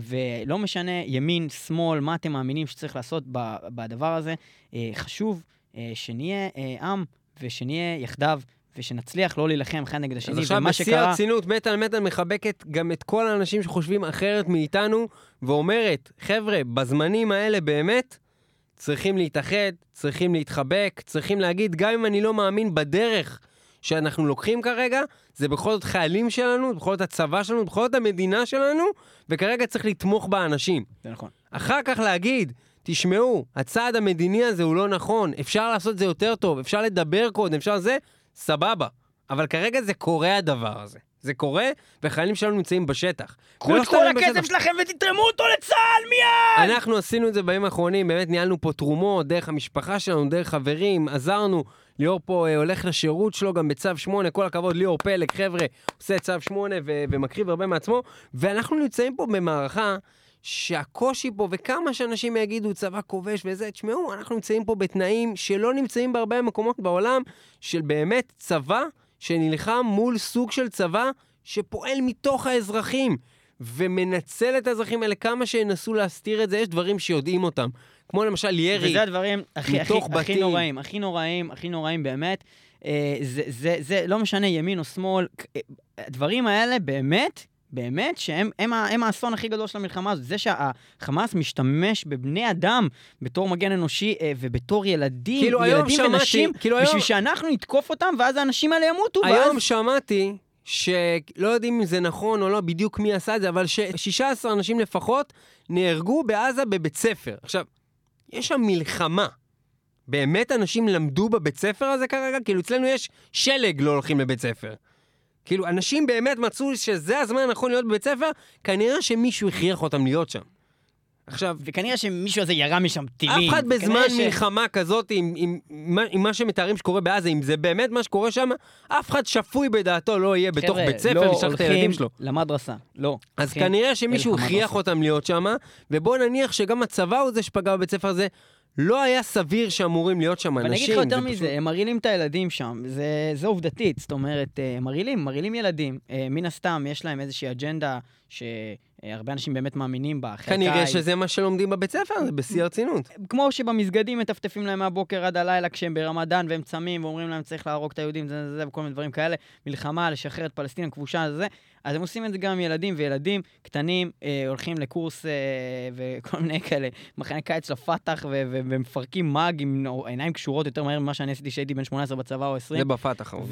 ולא משנה ימין, שמאל, מה אתם מאמינים שצריך לעשות בדבר הזה, חשוב שנהיה עם ושנהיה יחדיו, ושנצליח לא להילחם אחד נגד השני.
אז עכשיו בשיא הרצינות, מטל מטל מחבקת גם את כל האנשים שחושבים אחרת מאיתנו, ואומרת, חבר'ה, בזמנים האלה באמת, צריכים להתאחד, צריכים להתחבק, צריכים להגיד, גם אם אני לא מאמין בדרך שאנחנו לוקחים כרגע, זה בכל זאת חיילים שלנו, בכל זאת הצבא שלנו, בכל זאת המדינה שלנו, וכרגע צריך לתמוך באנשים.
זה נכון.
אחר כך להגיד, תשמעו, הצעד המדיני הזה הוא לא נכון, אפשר לעשות את זה יותר טוב, אפשר לדבר קודם, אפשר זה, סבבה. אבל כרגע זה קורה הדבר הזה. זה קורה, וחיילים שלנו נמצאים בשטח.
קחו את כל הכסף שלכם ותתרמו אותו לצה"ל מיד!
אנחנו עשינו את זה בימים האחרונים, באמת ניהלנו פה תרומות, דרך המשפחה שלנו, דרך חברים, עזרנו, ליאור פה הולך לשירות שלו גם בצו שמונה, כל הכבוד, ליאור פלג, חבר'ה, עושה צו שמונה ו- ומקריב הרבה מעצמו, ואנחנו נמצאים פה במערכה שהקושי פה, וכמה שאנשים יגידו צבא כובש וזה, תשמעו, אנחנו נמצאים פה בתנאים שלא נמצאים בהרבה מקומות בעולם, של באמת צבא שנלחם מול סוג של צבא שפועל מתוך האזרחים, ומנצל את האזרחים האלה כמה שינסו להסתיר את זה, יש דברים שיודעים אותם, כמו למשל ירי,
וזה הדברים הכי, הכי, הכי נוראים, הכי נוראים, הכי נוראים באמת, אה, זה, זה, זה לא משנה ימין או שמאל, הדברים האלה באמת, באמת שהם הם, הם האסון הכי גדול של המלחמה הזאת. זה שהחמאס משתמש בבני אדם בתור מגן אנושי ובתור ילדים,
כאילו
ילדים
שמעתי,
ונשים,
כאילו
בשביל
היום...
שאנחנו נתקוף אותם, ואז האנשים האלה ימותו.
היום
ואז...
שמעתי שלא יודעים אם זה נכון או לא בדיוק מי עשה את זה, אבל ש-שישה עשר אנשים לפחות נהרגו בעזה בבית ספר. עכשיו, יש שם מלחמה. באמת אנשים למדו בבית ספר הזה כרגע? כאילו אצלנו יש שלג לא הולכים לבית ספר. כאילו, אנשים באמת מצאו שזה הזמן הנכון להיות בבית ספר, כנראה שמישהו הכריח אותם להיות שם. עכשיו...
וכנראה שמישהו הזה ירה משם טילים.
אף אחד בזמן ש... מלחמה כזאת, עם, עם, עם, עם מה שמתארים שקורה בעזה, אם זה באמת מה שקורה שם, אף אחד שפוי בדעתו לא יהיה בתוך בית ספר,
לא
לשלח את הילדים שלו.
למדרסה, לא.
אז כנראה שמישהו הכריח אותם להיות שם, ובואו נניח שגם הצבא הוא זה שפגע בבית ספר הזה, לא היה סביר שאמורים להיות שם אנשים.
ואני אגיד לך יותר מזה, הם מרעילים את הילדים שם, זה, זה עובדתית, זאת אומרת, הם מרעילים, מרעילים ילדים, מן הסתם יש להם איזושהי אג'נדה שהרבה אנשים באמת מאמינים בה.
כנראה שזה מה שלומדים בבית ספר, זה בשיא הרצינות.
כמו שבמסגדים מטפטפים להם מהבוקר עד הלילה כשהם ברמדאן והם צמים ואומרים להם צריך להרוג את היהודים, זה, זה, זה, וכל מיני דברים כאלה, מלחמה, לשחרר את פלסטין, כבושה, זה, אז הם עושים את זה גם עם ילדים, וילדים קטנים אה, הולכים לקורס אה, וכל מיני כאלה, מחנה קיץ לפתח, ו- ו- ומפרקים מאג עם עיניים קשורות יותר מהר ממה שאני עשיתי שהייתי בן שמונה עשרה בצבא או עשרים.
זה בפתח,
ו-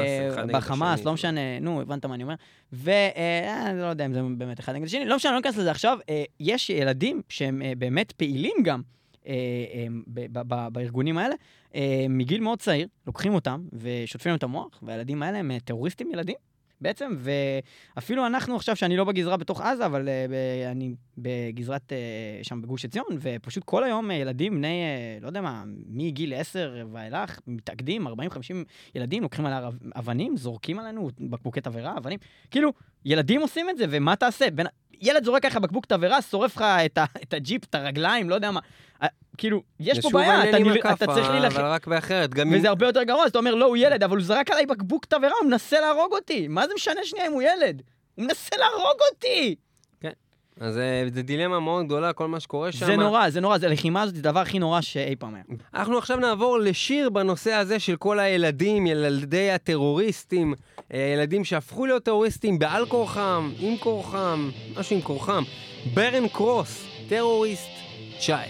בחמאס, לא משנה, נו, הבנת מה אני אומר. ואני לא יודע אם זה באמת אחד נגד השני, לא משנה, לא נכנס לזה עכשיו, אה, יש ילדים שהם אה, באמת פעילים גם, אה, אה, ב- ב- ב- בארגונים האלה, אה, מגיל מאוד צעיר, לוקחים אותם ושוטפים להם את המוח, והילדים האלה הם טרוריסטים ילדים. בעצם, ואפילו אנחנו עכשיו, שאני לא בגזרה בתוך עזה, אבל uh, אני בגזרת uh, שם בגוש עציון, ופשוט כל היום uh, ילדים בני, uh, לא יודע מה, מגיל עשר ואילך, מתאגדים, ארבעים חמישים ילדים, לוקחים על אבנים, זורקים עלינו, בקבוקי תבערה, אבנים. כאילו, ילדים עושים את זה, ומה תעשה? בין... ילד זורק ככה בקבוק תבערה, שורף לך את, ה... את הג'יפ, את הרגליים, לא יודע מה. כאילו, יש פה בעיה, אתה, נל... אתה צריך להילחם.
אבל רק באחרת.
וזה אם... הרבה יותר גרוע, אז אתה אומר, לא, הוא ילד, אבל הוא זרק עליי בקבוק תבערה, הוא מנסה להרוג אותי. מה זה משנה שנייה אם הוא ילד? הוא מנסה להרוג אותי!
כן. אז זה דילמה מאוד גדולה, כל מה שקורה שם.
זה נורא, זה נורא, זה לחימה הזאת, זה דבר הכי נורא שאי פעם היה.
אנחנו עכשיו נעבור לשיר בנושא הזה של כל הילדים, ילדי הטרוריסטים, ילדים שהפכו להיות טרוריסטים בעל כורחם, עם כורחם, משהו עם כורחם. ברן קרוס, טרוריסט צ'יילד.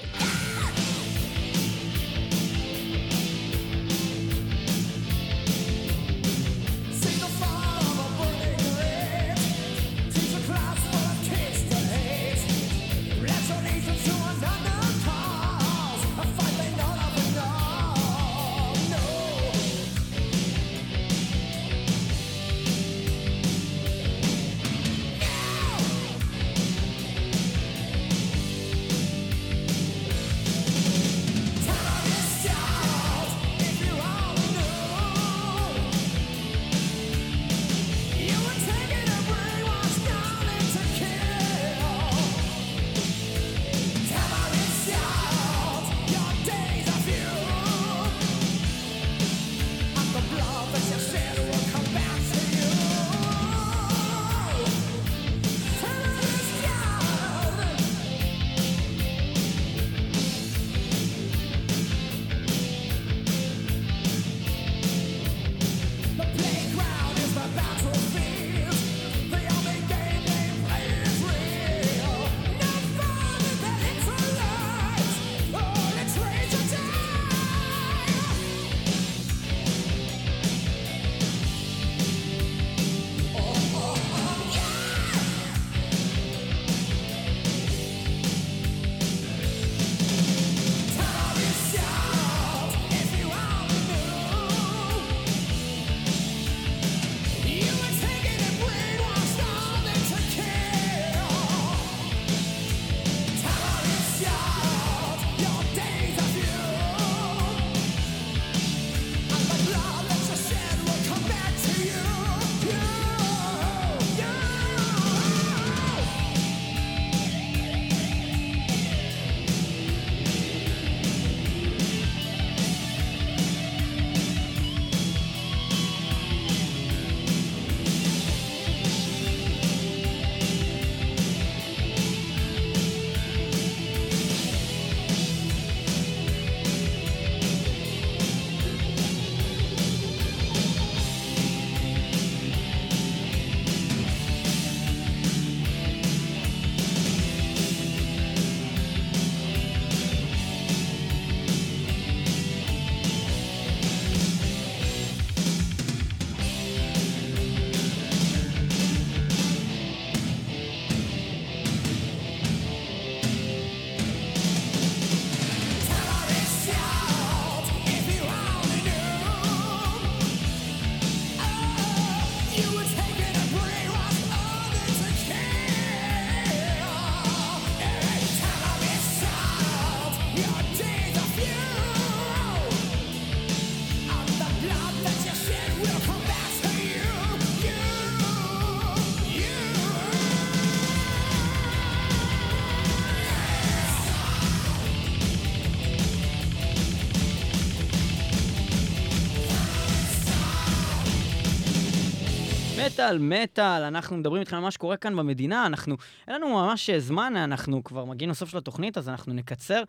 מטל, מטל, אנחנו מדברים איתכם על מה שקורה כאן במדינה, אנחנו, אין לנו ממש זמן, אנחנו כבר מגיעים לסוף של התוכנית, אז אנחנו נקצר.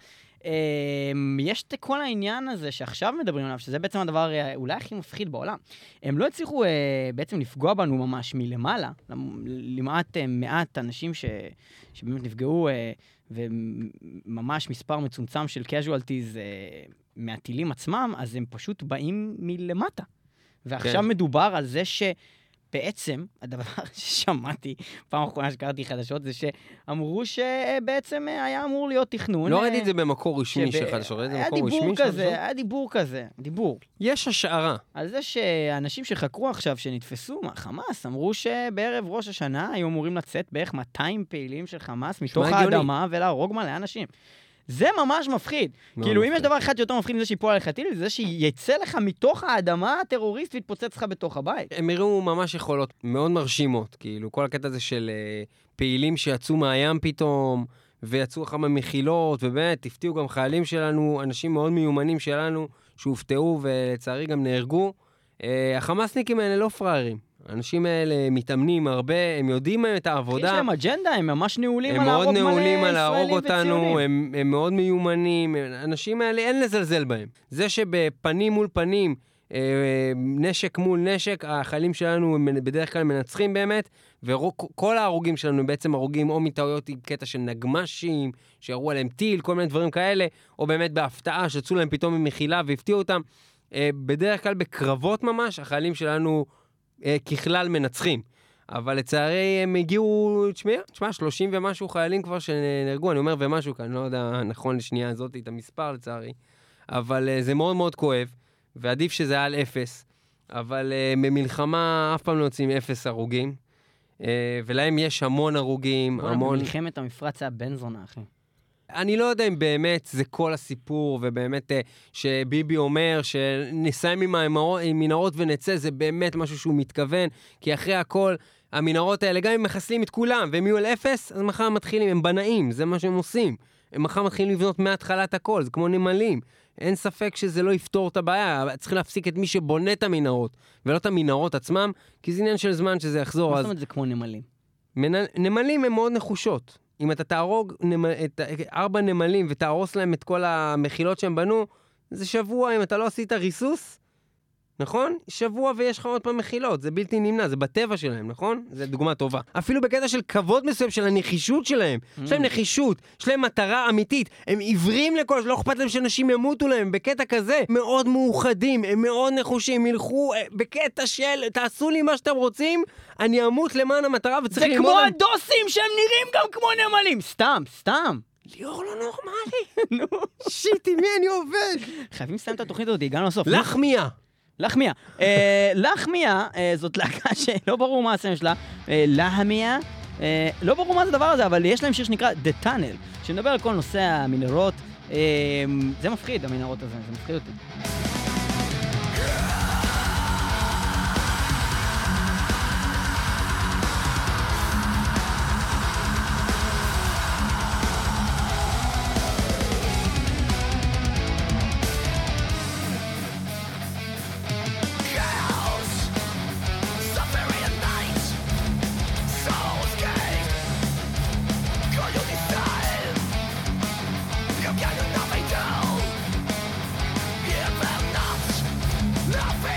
יש את כל העניין הזה שעכשיו מדברים עליו, שזה בעצם הדבר אולי הכי מפחיד בעולם. הם לא הצליחו בעצם לפגוע בנו ממש מלמעלה, למעט מעט אנשים ש, שבאמת נפגעו, וממש מספר מצומצם של casualties מהטילים עצמם, אז הם פשוט באים מלמטה. ועכשיו כן. מדובר על זה שבעצם, הדבר ששמעתי, פעם האחרונה שקראתי חדשות, זה שאמרו שבעצם היה אמור להיות תכנון.
לא ראיתי את זה במקור רשמי של חדשות, ראיתי את זה במקור רשמי של חדשות?
היה דיבור כזה, דיבור.
יש השערה.
על זה שאנשים שחקרו עכשיו, שנתפסו מהחמאס, אמרו שבערב ראש השנה היו אמורים לצאת בערך מאתיים פעילים של חמאס מתוך האדמה ולהרוג מלא אנשים. זה ממש מפחיד. כאילו, אם יש דבר אחד שיותר מפחיד מזה שיפול עליך טיל, זה שיצא לך מתוך האדמה הטרוריסט ויתפוצץ לך בתוך הבית.
הם הראו ממש יכולות מאוד מרשימות, כאילו, כל הקטע הזה של פעילים שיצאו מהים פתאום, ויצאו אחר במחילות, ובאמת, הפתיעו גם חיילים שלנו, אנשים מאוד מיומנים שלנו, שהופתעו ולצערי גם נהרגו. החמאסניקים האלה לא פראיירים. האנשים האלה מתאמנים הרבה, הם יודעים את העבודה.
יש להם אג'נדה, הם ממש נעולים על להרוג מלא ישראלים וציונים. הם מאוד נעולים על להרוג אותנו, הם, הם מאוד מיומנים, האנשים האלה אין לזלזל בהם. זה שבפנים מול פנים, נשק מול נשק, החיילים שלנו הם בדרך כלל מנצחים באמת, וכל ההרוגים שלנו בעצם הרוגים או מטעויות עם קטע של נגמשים, שירו עליהם טיל, כל מיני דברים כאלה, או באמת בהפתעה שצאו להם פתאום ממחילה והפתיעו אותם. בדרך כלל בקרבות ממש, החיילים שלנו ככלל מנצחים. אבל לצערי הם הגיעו, תשמע, תשמע, שלושים ומשהו חיילים כבר שנהרגו, אני אומר ומשהו כאן, לא יודע נכון לשנייה הזאת את המספר לצערי, אבל זה מאוד מאוד כואב, ועדיף שזה היה על אפס, אבל במלחמה אף פעם לא יוצאים אפס הרוגים, ולהם יש המון הרוגים, המון... מלחמת המפרץ היה בן זונה, אחי.
אני לא יודע אם באמת זה כל הסיפור, ובאמת שביבי אומר שנסיים עם המנהרות ונצא, זה באמת משהו שהוא מתכוון, כי אחרי הכל, המנהרות האלה, גם אם מחסלים את כולם, והם יהיו על אפס, אז מחר מתחילים, הם בנאים, זה מה שהם עושים. הם מחר מתחילים לבנות מההתחלת הכל, זה כמו נמלים. אין ספק שזה לא יפתור את הבעיה, צריך להפסיק את מי שבונה את המנהרות, ולא את המנהרות עצמם, כי זה עניין של זמן שזה יחזור.
מה זאת אומרת זה כמו נמלים?
נמלים הם מאוד נחושות. אם אתה תהרוג נמל, את, ארבע נמלים ותהרוס להם את כל המחילות שהם בנו, זה שבוע, אם אתה לא עשית ריסוס, נכון? שבוע ויש לך עוד פעם מחילות, זה בלתי נמנע, זה בטבע שלהם, נכון? זה דוגמה טובה. אפילו בקטע של כבוד מסוים, של הנחישות שלהם, mm. יש להם נחישות, יש להם מטרה אמיתית, הם עיוורים לכל, לא אכפת להם שאנשים ימותו להם, בקטע כזה, מאוד מאוחדים, הם מאוד נחושים, ילכו בקטע של, תעשו לי מה שאתם רוצים, אני אמות למען המטרה וצריך ללמוד...
זה כמו הדוסים שהם נראים גם כמו נמלים, סתם, סתם.
ליאור לא נורמלי. נו, שיט, עם מי אני עובד?
חייבים לסיים את התוכנית הזאת, הגענו לסוף.
לחמיה.
לחמיה. לחמיה, זאת להקה שלא ברור מה הסם שלה. לחמיה, לא ברור מה זה הדבר הזה, אבל יש להם שיר שנקרא The Tunnel, שמדבר על כל נושא המנהרות. זה מפחיד, המנהרות הזה, זה מפחיד אותי.
Nothing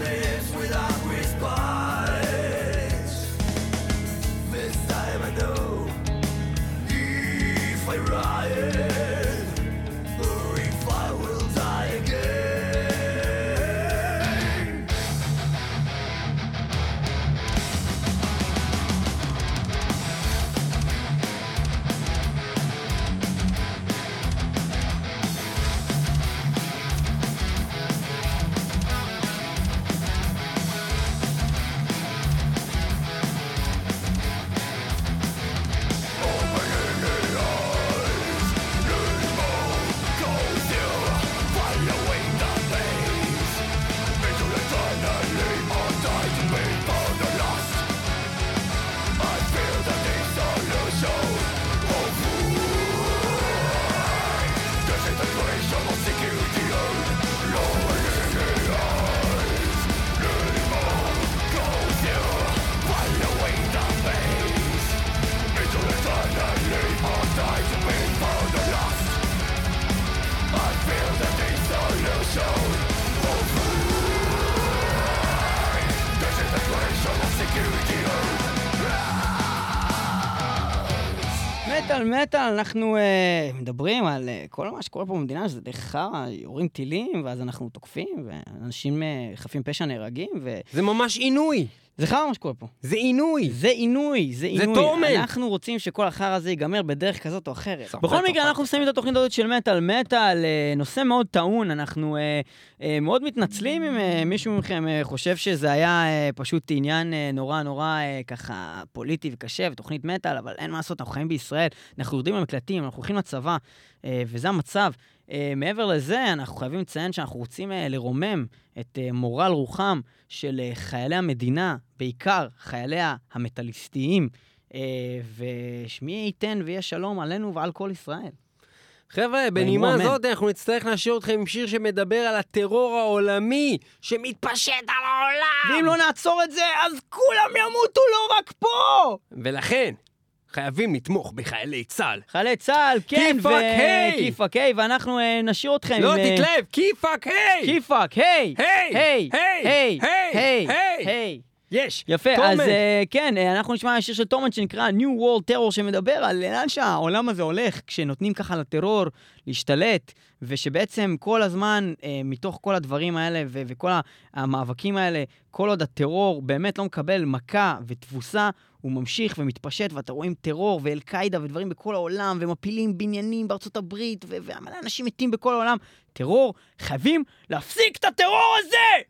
מטל, מטל, אנחנו uh, מדברים על uh, כל מה שקורה פה במדינה, שזה די חרא, יורים טילים, ואז אנחנו תוקפים, ואנשים uh, חפים פשע נהרגים, ו...
זה ממש עינוי.
זה חרא מה שקורה פה.
זה עינוי.
זה עינוי, זה עינוי.
זה תורמן.
אנחנו רוצים שכל החרא הזה ייגמר בדרך כזאת או אחרת. בכל מקרה, אנחנו מסיימים את התוכנית הזאת של מטל. מטל, נושא מאוד טעון. אנחנו מאוד מתנצלים אם מישהו מכם חושב שזה היה פשוט עניין נורא נורא ככה פוליטי וקשה, ותוכנית מטל, אבל אין מה לעשות, אנחנו חיים בישראל, אנחנו יורדים למקלטים, אנחנו הולכים לצבא, וזה המצב. מעבר לזה, אנחנו חייבים לציין שאנחנו רוצים לרומם את מורל רוחם של חיילי המדינה, בעיקר חייליה המטליסטיים, ושמי ייתן ויהיה שלום עלינו ועל כל ישראל.
חבר'ה, בנימה הזאת אנחנו נצטרך להשאיר אתכם עם שיר שמדבר על הטרור העולמי שמתפשט על העולם.
ואם לא נעצור את זה, אז כולם ימותו, לא רק פה.
ולכן חייבים לתמוך בחיילי צה"ל.
חיילי צה"ל, כן,
כיפק היי!
כיפק היי, ואנחנו נשאיר אתכם
לא
עם...
תתלהב, כיפק היי!
כיפק היי!
היי!
היי!
היי!
היי!
היי!
היי!
יש!
יפה,
תורמן.
אז uh, כן, uh, אנחנו נשמע שיר של תורמן שנקרא New World Terror, שמדבר על לאן שהעולם הזה הולך, כשנותנים ככה לטרור להשתלט, ושבעצם כל הזמן, uh, מתוך כל הדברים האלה ו- וכל המאבקים האלה, כל עוד הטרור באמת לא מקבל מכה ותבוסה, הוא ממשיך ומתפשט, ואתה רואים טרור ואל-קאידה ודברים בכל העולם, ומפילים בניינים בארצות הברית, ו- והמלא אנשים מתים בכל העולם. טרור, חייבים להפסיק את הטרור הזה!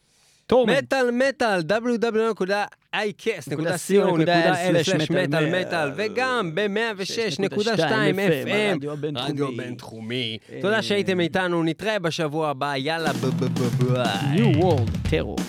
מטל מטל, דאבליו דאבליו דאבליו נקודה איי קאסט נקודה סי או נקודה אל סלש מטל מטל, וגם ב-מאה ושש נקודה שתיים אף אם, רדיו בינתחומי. תודה שהייתם איתנו, נתראה בשבוע הבא, יאללה ביי.
New World Terror.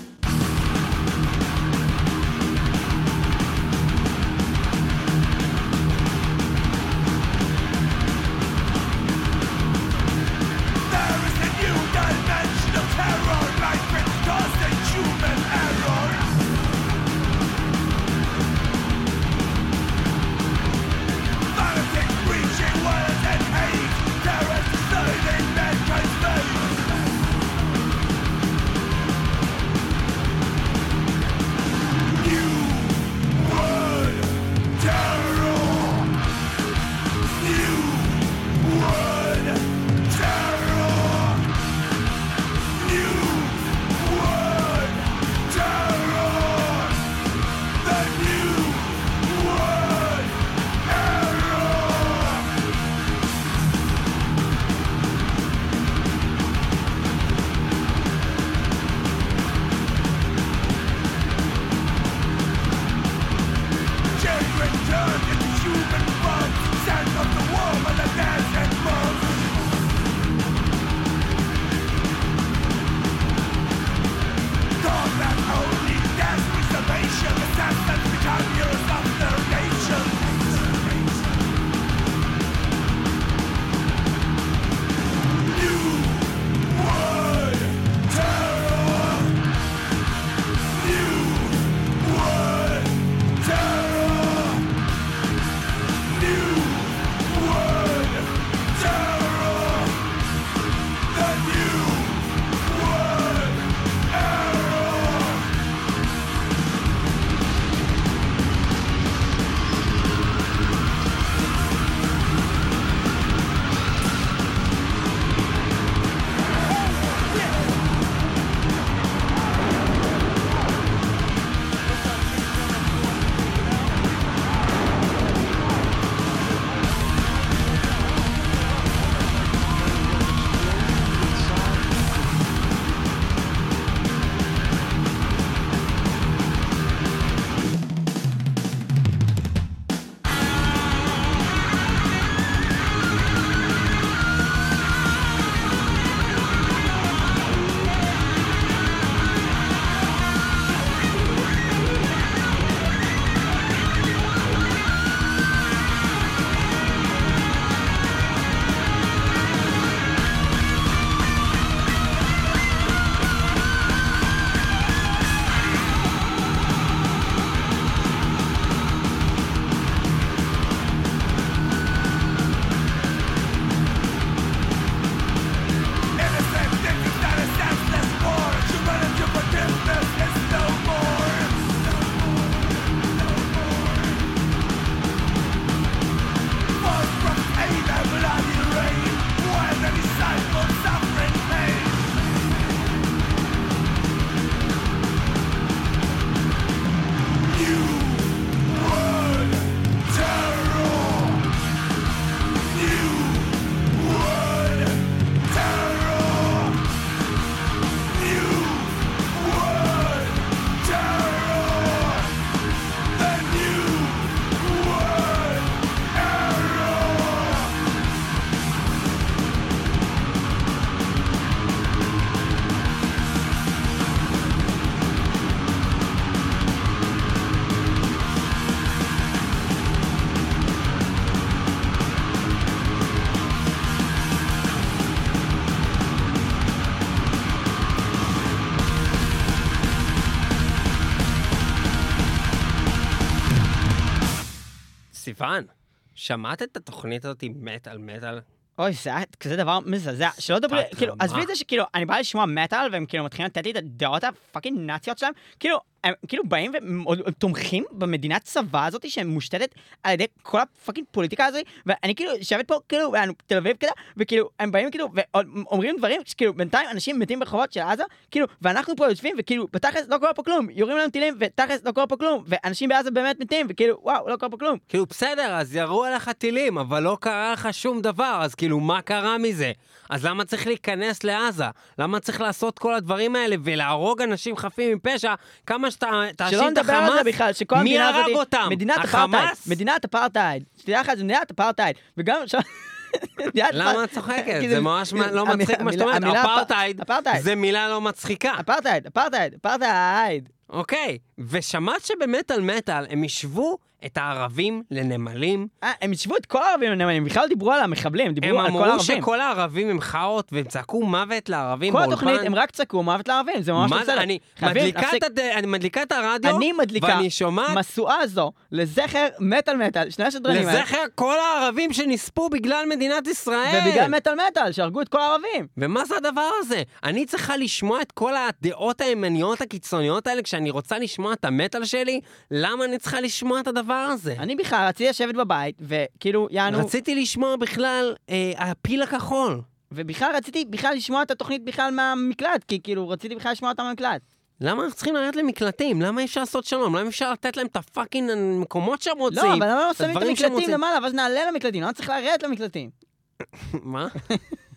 סיוון, שמעת את התוכנית הזאת מטל מטל?
אוי, זה היה כזה דבר מזעזע, שלא דברי, כאילו, עזבי את זה שכאילו, אני בא לשמוע מטל, והם כאילו מתחילים לתת לי את הדעות הפאקינג נאציות שלהם, כאילו, הם כאילו באים ותומכים במדינת צבא הזאת, שהם מושתתת על ידי כל הפאקינג פוליטיקה הזאת, ואני כאילו, יושבת פה, כאילו, תל אביב כזה, וכאילו, הם באים כאילו, ואומרים דברים, שכאילו, בינתיים אנשים מתים ברחובות של עזה, כאילו, ואנחנו פה יושבים, וכאילו, בתכלס לא קורה פה כלום, יורים להם טילים, ותכלס לא קורה פה כלום, ואנשים בעזה באמת מתים, וכאילו, וואו, לא קורה פה כלום.
כאילו, בסדר, אז ירו עליך טילים, אבל לא קרה לך שום דבר, אז כאילו, מה קרה מזה? אז למה צריך להיכנס לעזה? למה צריך לעשות כל הדברים האלה ולהרוג אנשים חפים מפשע? כמה שאתה תאשים את
נדבר על זה
החמאס?
בכלל, שכל
מי
המדינה
הרג
הזאת-
אותם?
מדינת
החמאס?
אפרטהייד, מדינת אפרטהייד. שתדע לך, זה מדינת אפרטהייד. וגם עכשיו... מדינת
למה
אפרט-
את צוחקת?
כי
זה ממש לא
המילה-
מצחיק מה שאת
המילה-
אומרת.
המילה אפ-
אפרטהייד
אפרטהייד.
זה מילה לא מצחיקה.
אפרטהייד, אפרטהייד, אפרטהייד.
אוקיי, ושמעת שבמטל מטל הם ישבו את הערבים לנמלים?
אה, הם ישבו את כל הערבים לנמלים, בכלל דיברו על המחבלים,
הם
דיברו על כל
אמרו
הערבים.
שכל הערבים הם חרות והם צעקו מוות לערבים
כל
באולפן.
התוכנית, הם רק צעקו מוות לערבים, זה ממש
מה זה?
בסדר.
אני
חייבים
מדליקה
להפסיק.
את הד- אני מדליקה את הרדיו,
אני מדליקה
ואני שומעת
משואה זו לזכר מטל מטל, שני השדרנים האלה,
לזכר כל הערבים שנספו בגלל מדינת ישראל.
ובגלל מטל מטל, שהרגו את כל הערבים.
ומה זה הדבר הזה? אני צריכה לשמוע את כל הדעות הימניות הקיצוניות האלה כשאני רוצה לשמוע את המטל שלי? למה אני צריכה לשמוע את הדבר הזה?
אני בכלל רציתי לשבת בבית, וכאילו, יענו,
רציתי לשמוע בכלל אה, הפיל הכחול.
ובכלל רציתי בכלל לשמוע את התוכנית בכלל מהמקלט, כי כאילו רציתי בכלל לשמוע אותה מהמקלט.
למה אנחנו צריכים לרדת למקלטים? למה אי אפשר לעשות שלום? למה אפשר לתת להם את הפאקינג מקומות שהם רוצים?
לא, אבל למה לא שמים את
הדברים שהם
המקלטים
רוצים?
למעלה, ואז נעלה למקלטים, למה צריך לרדת למקלטים?
מה?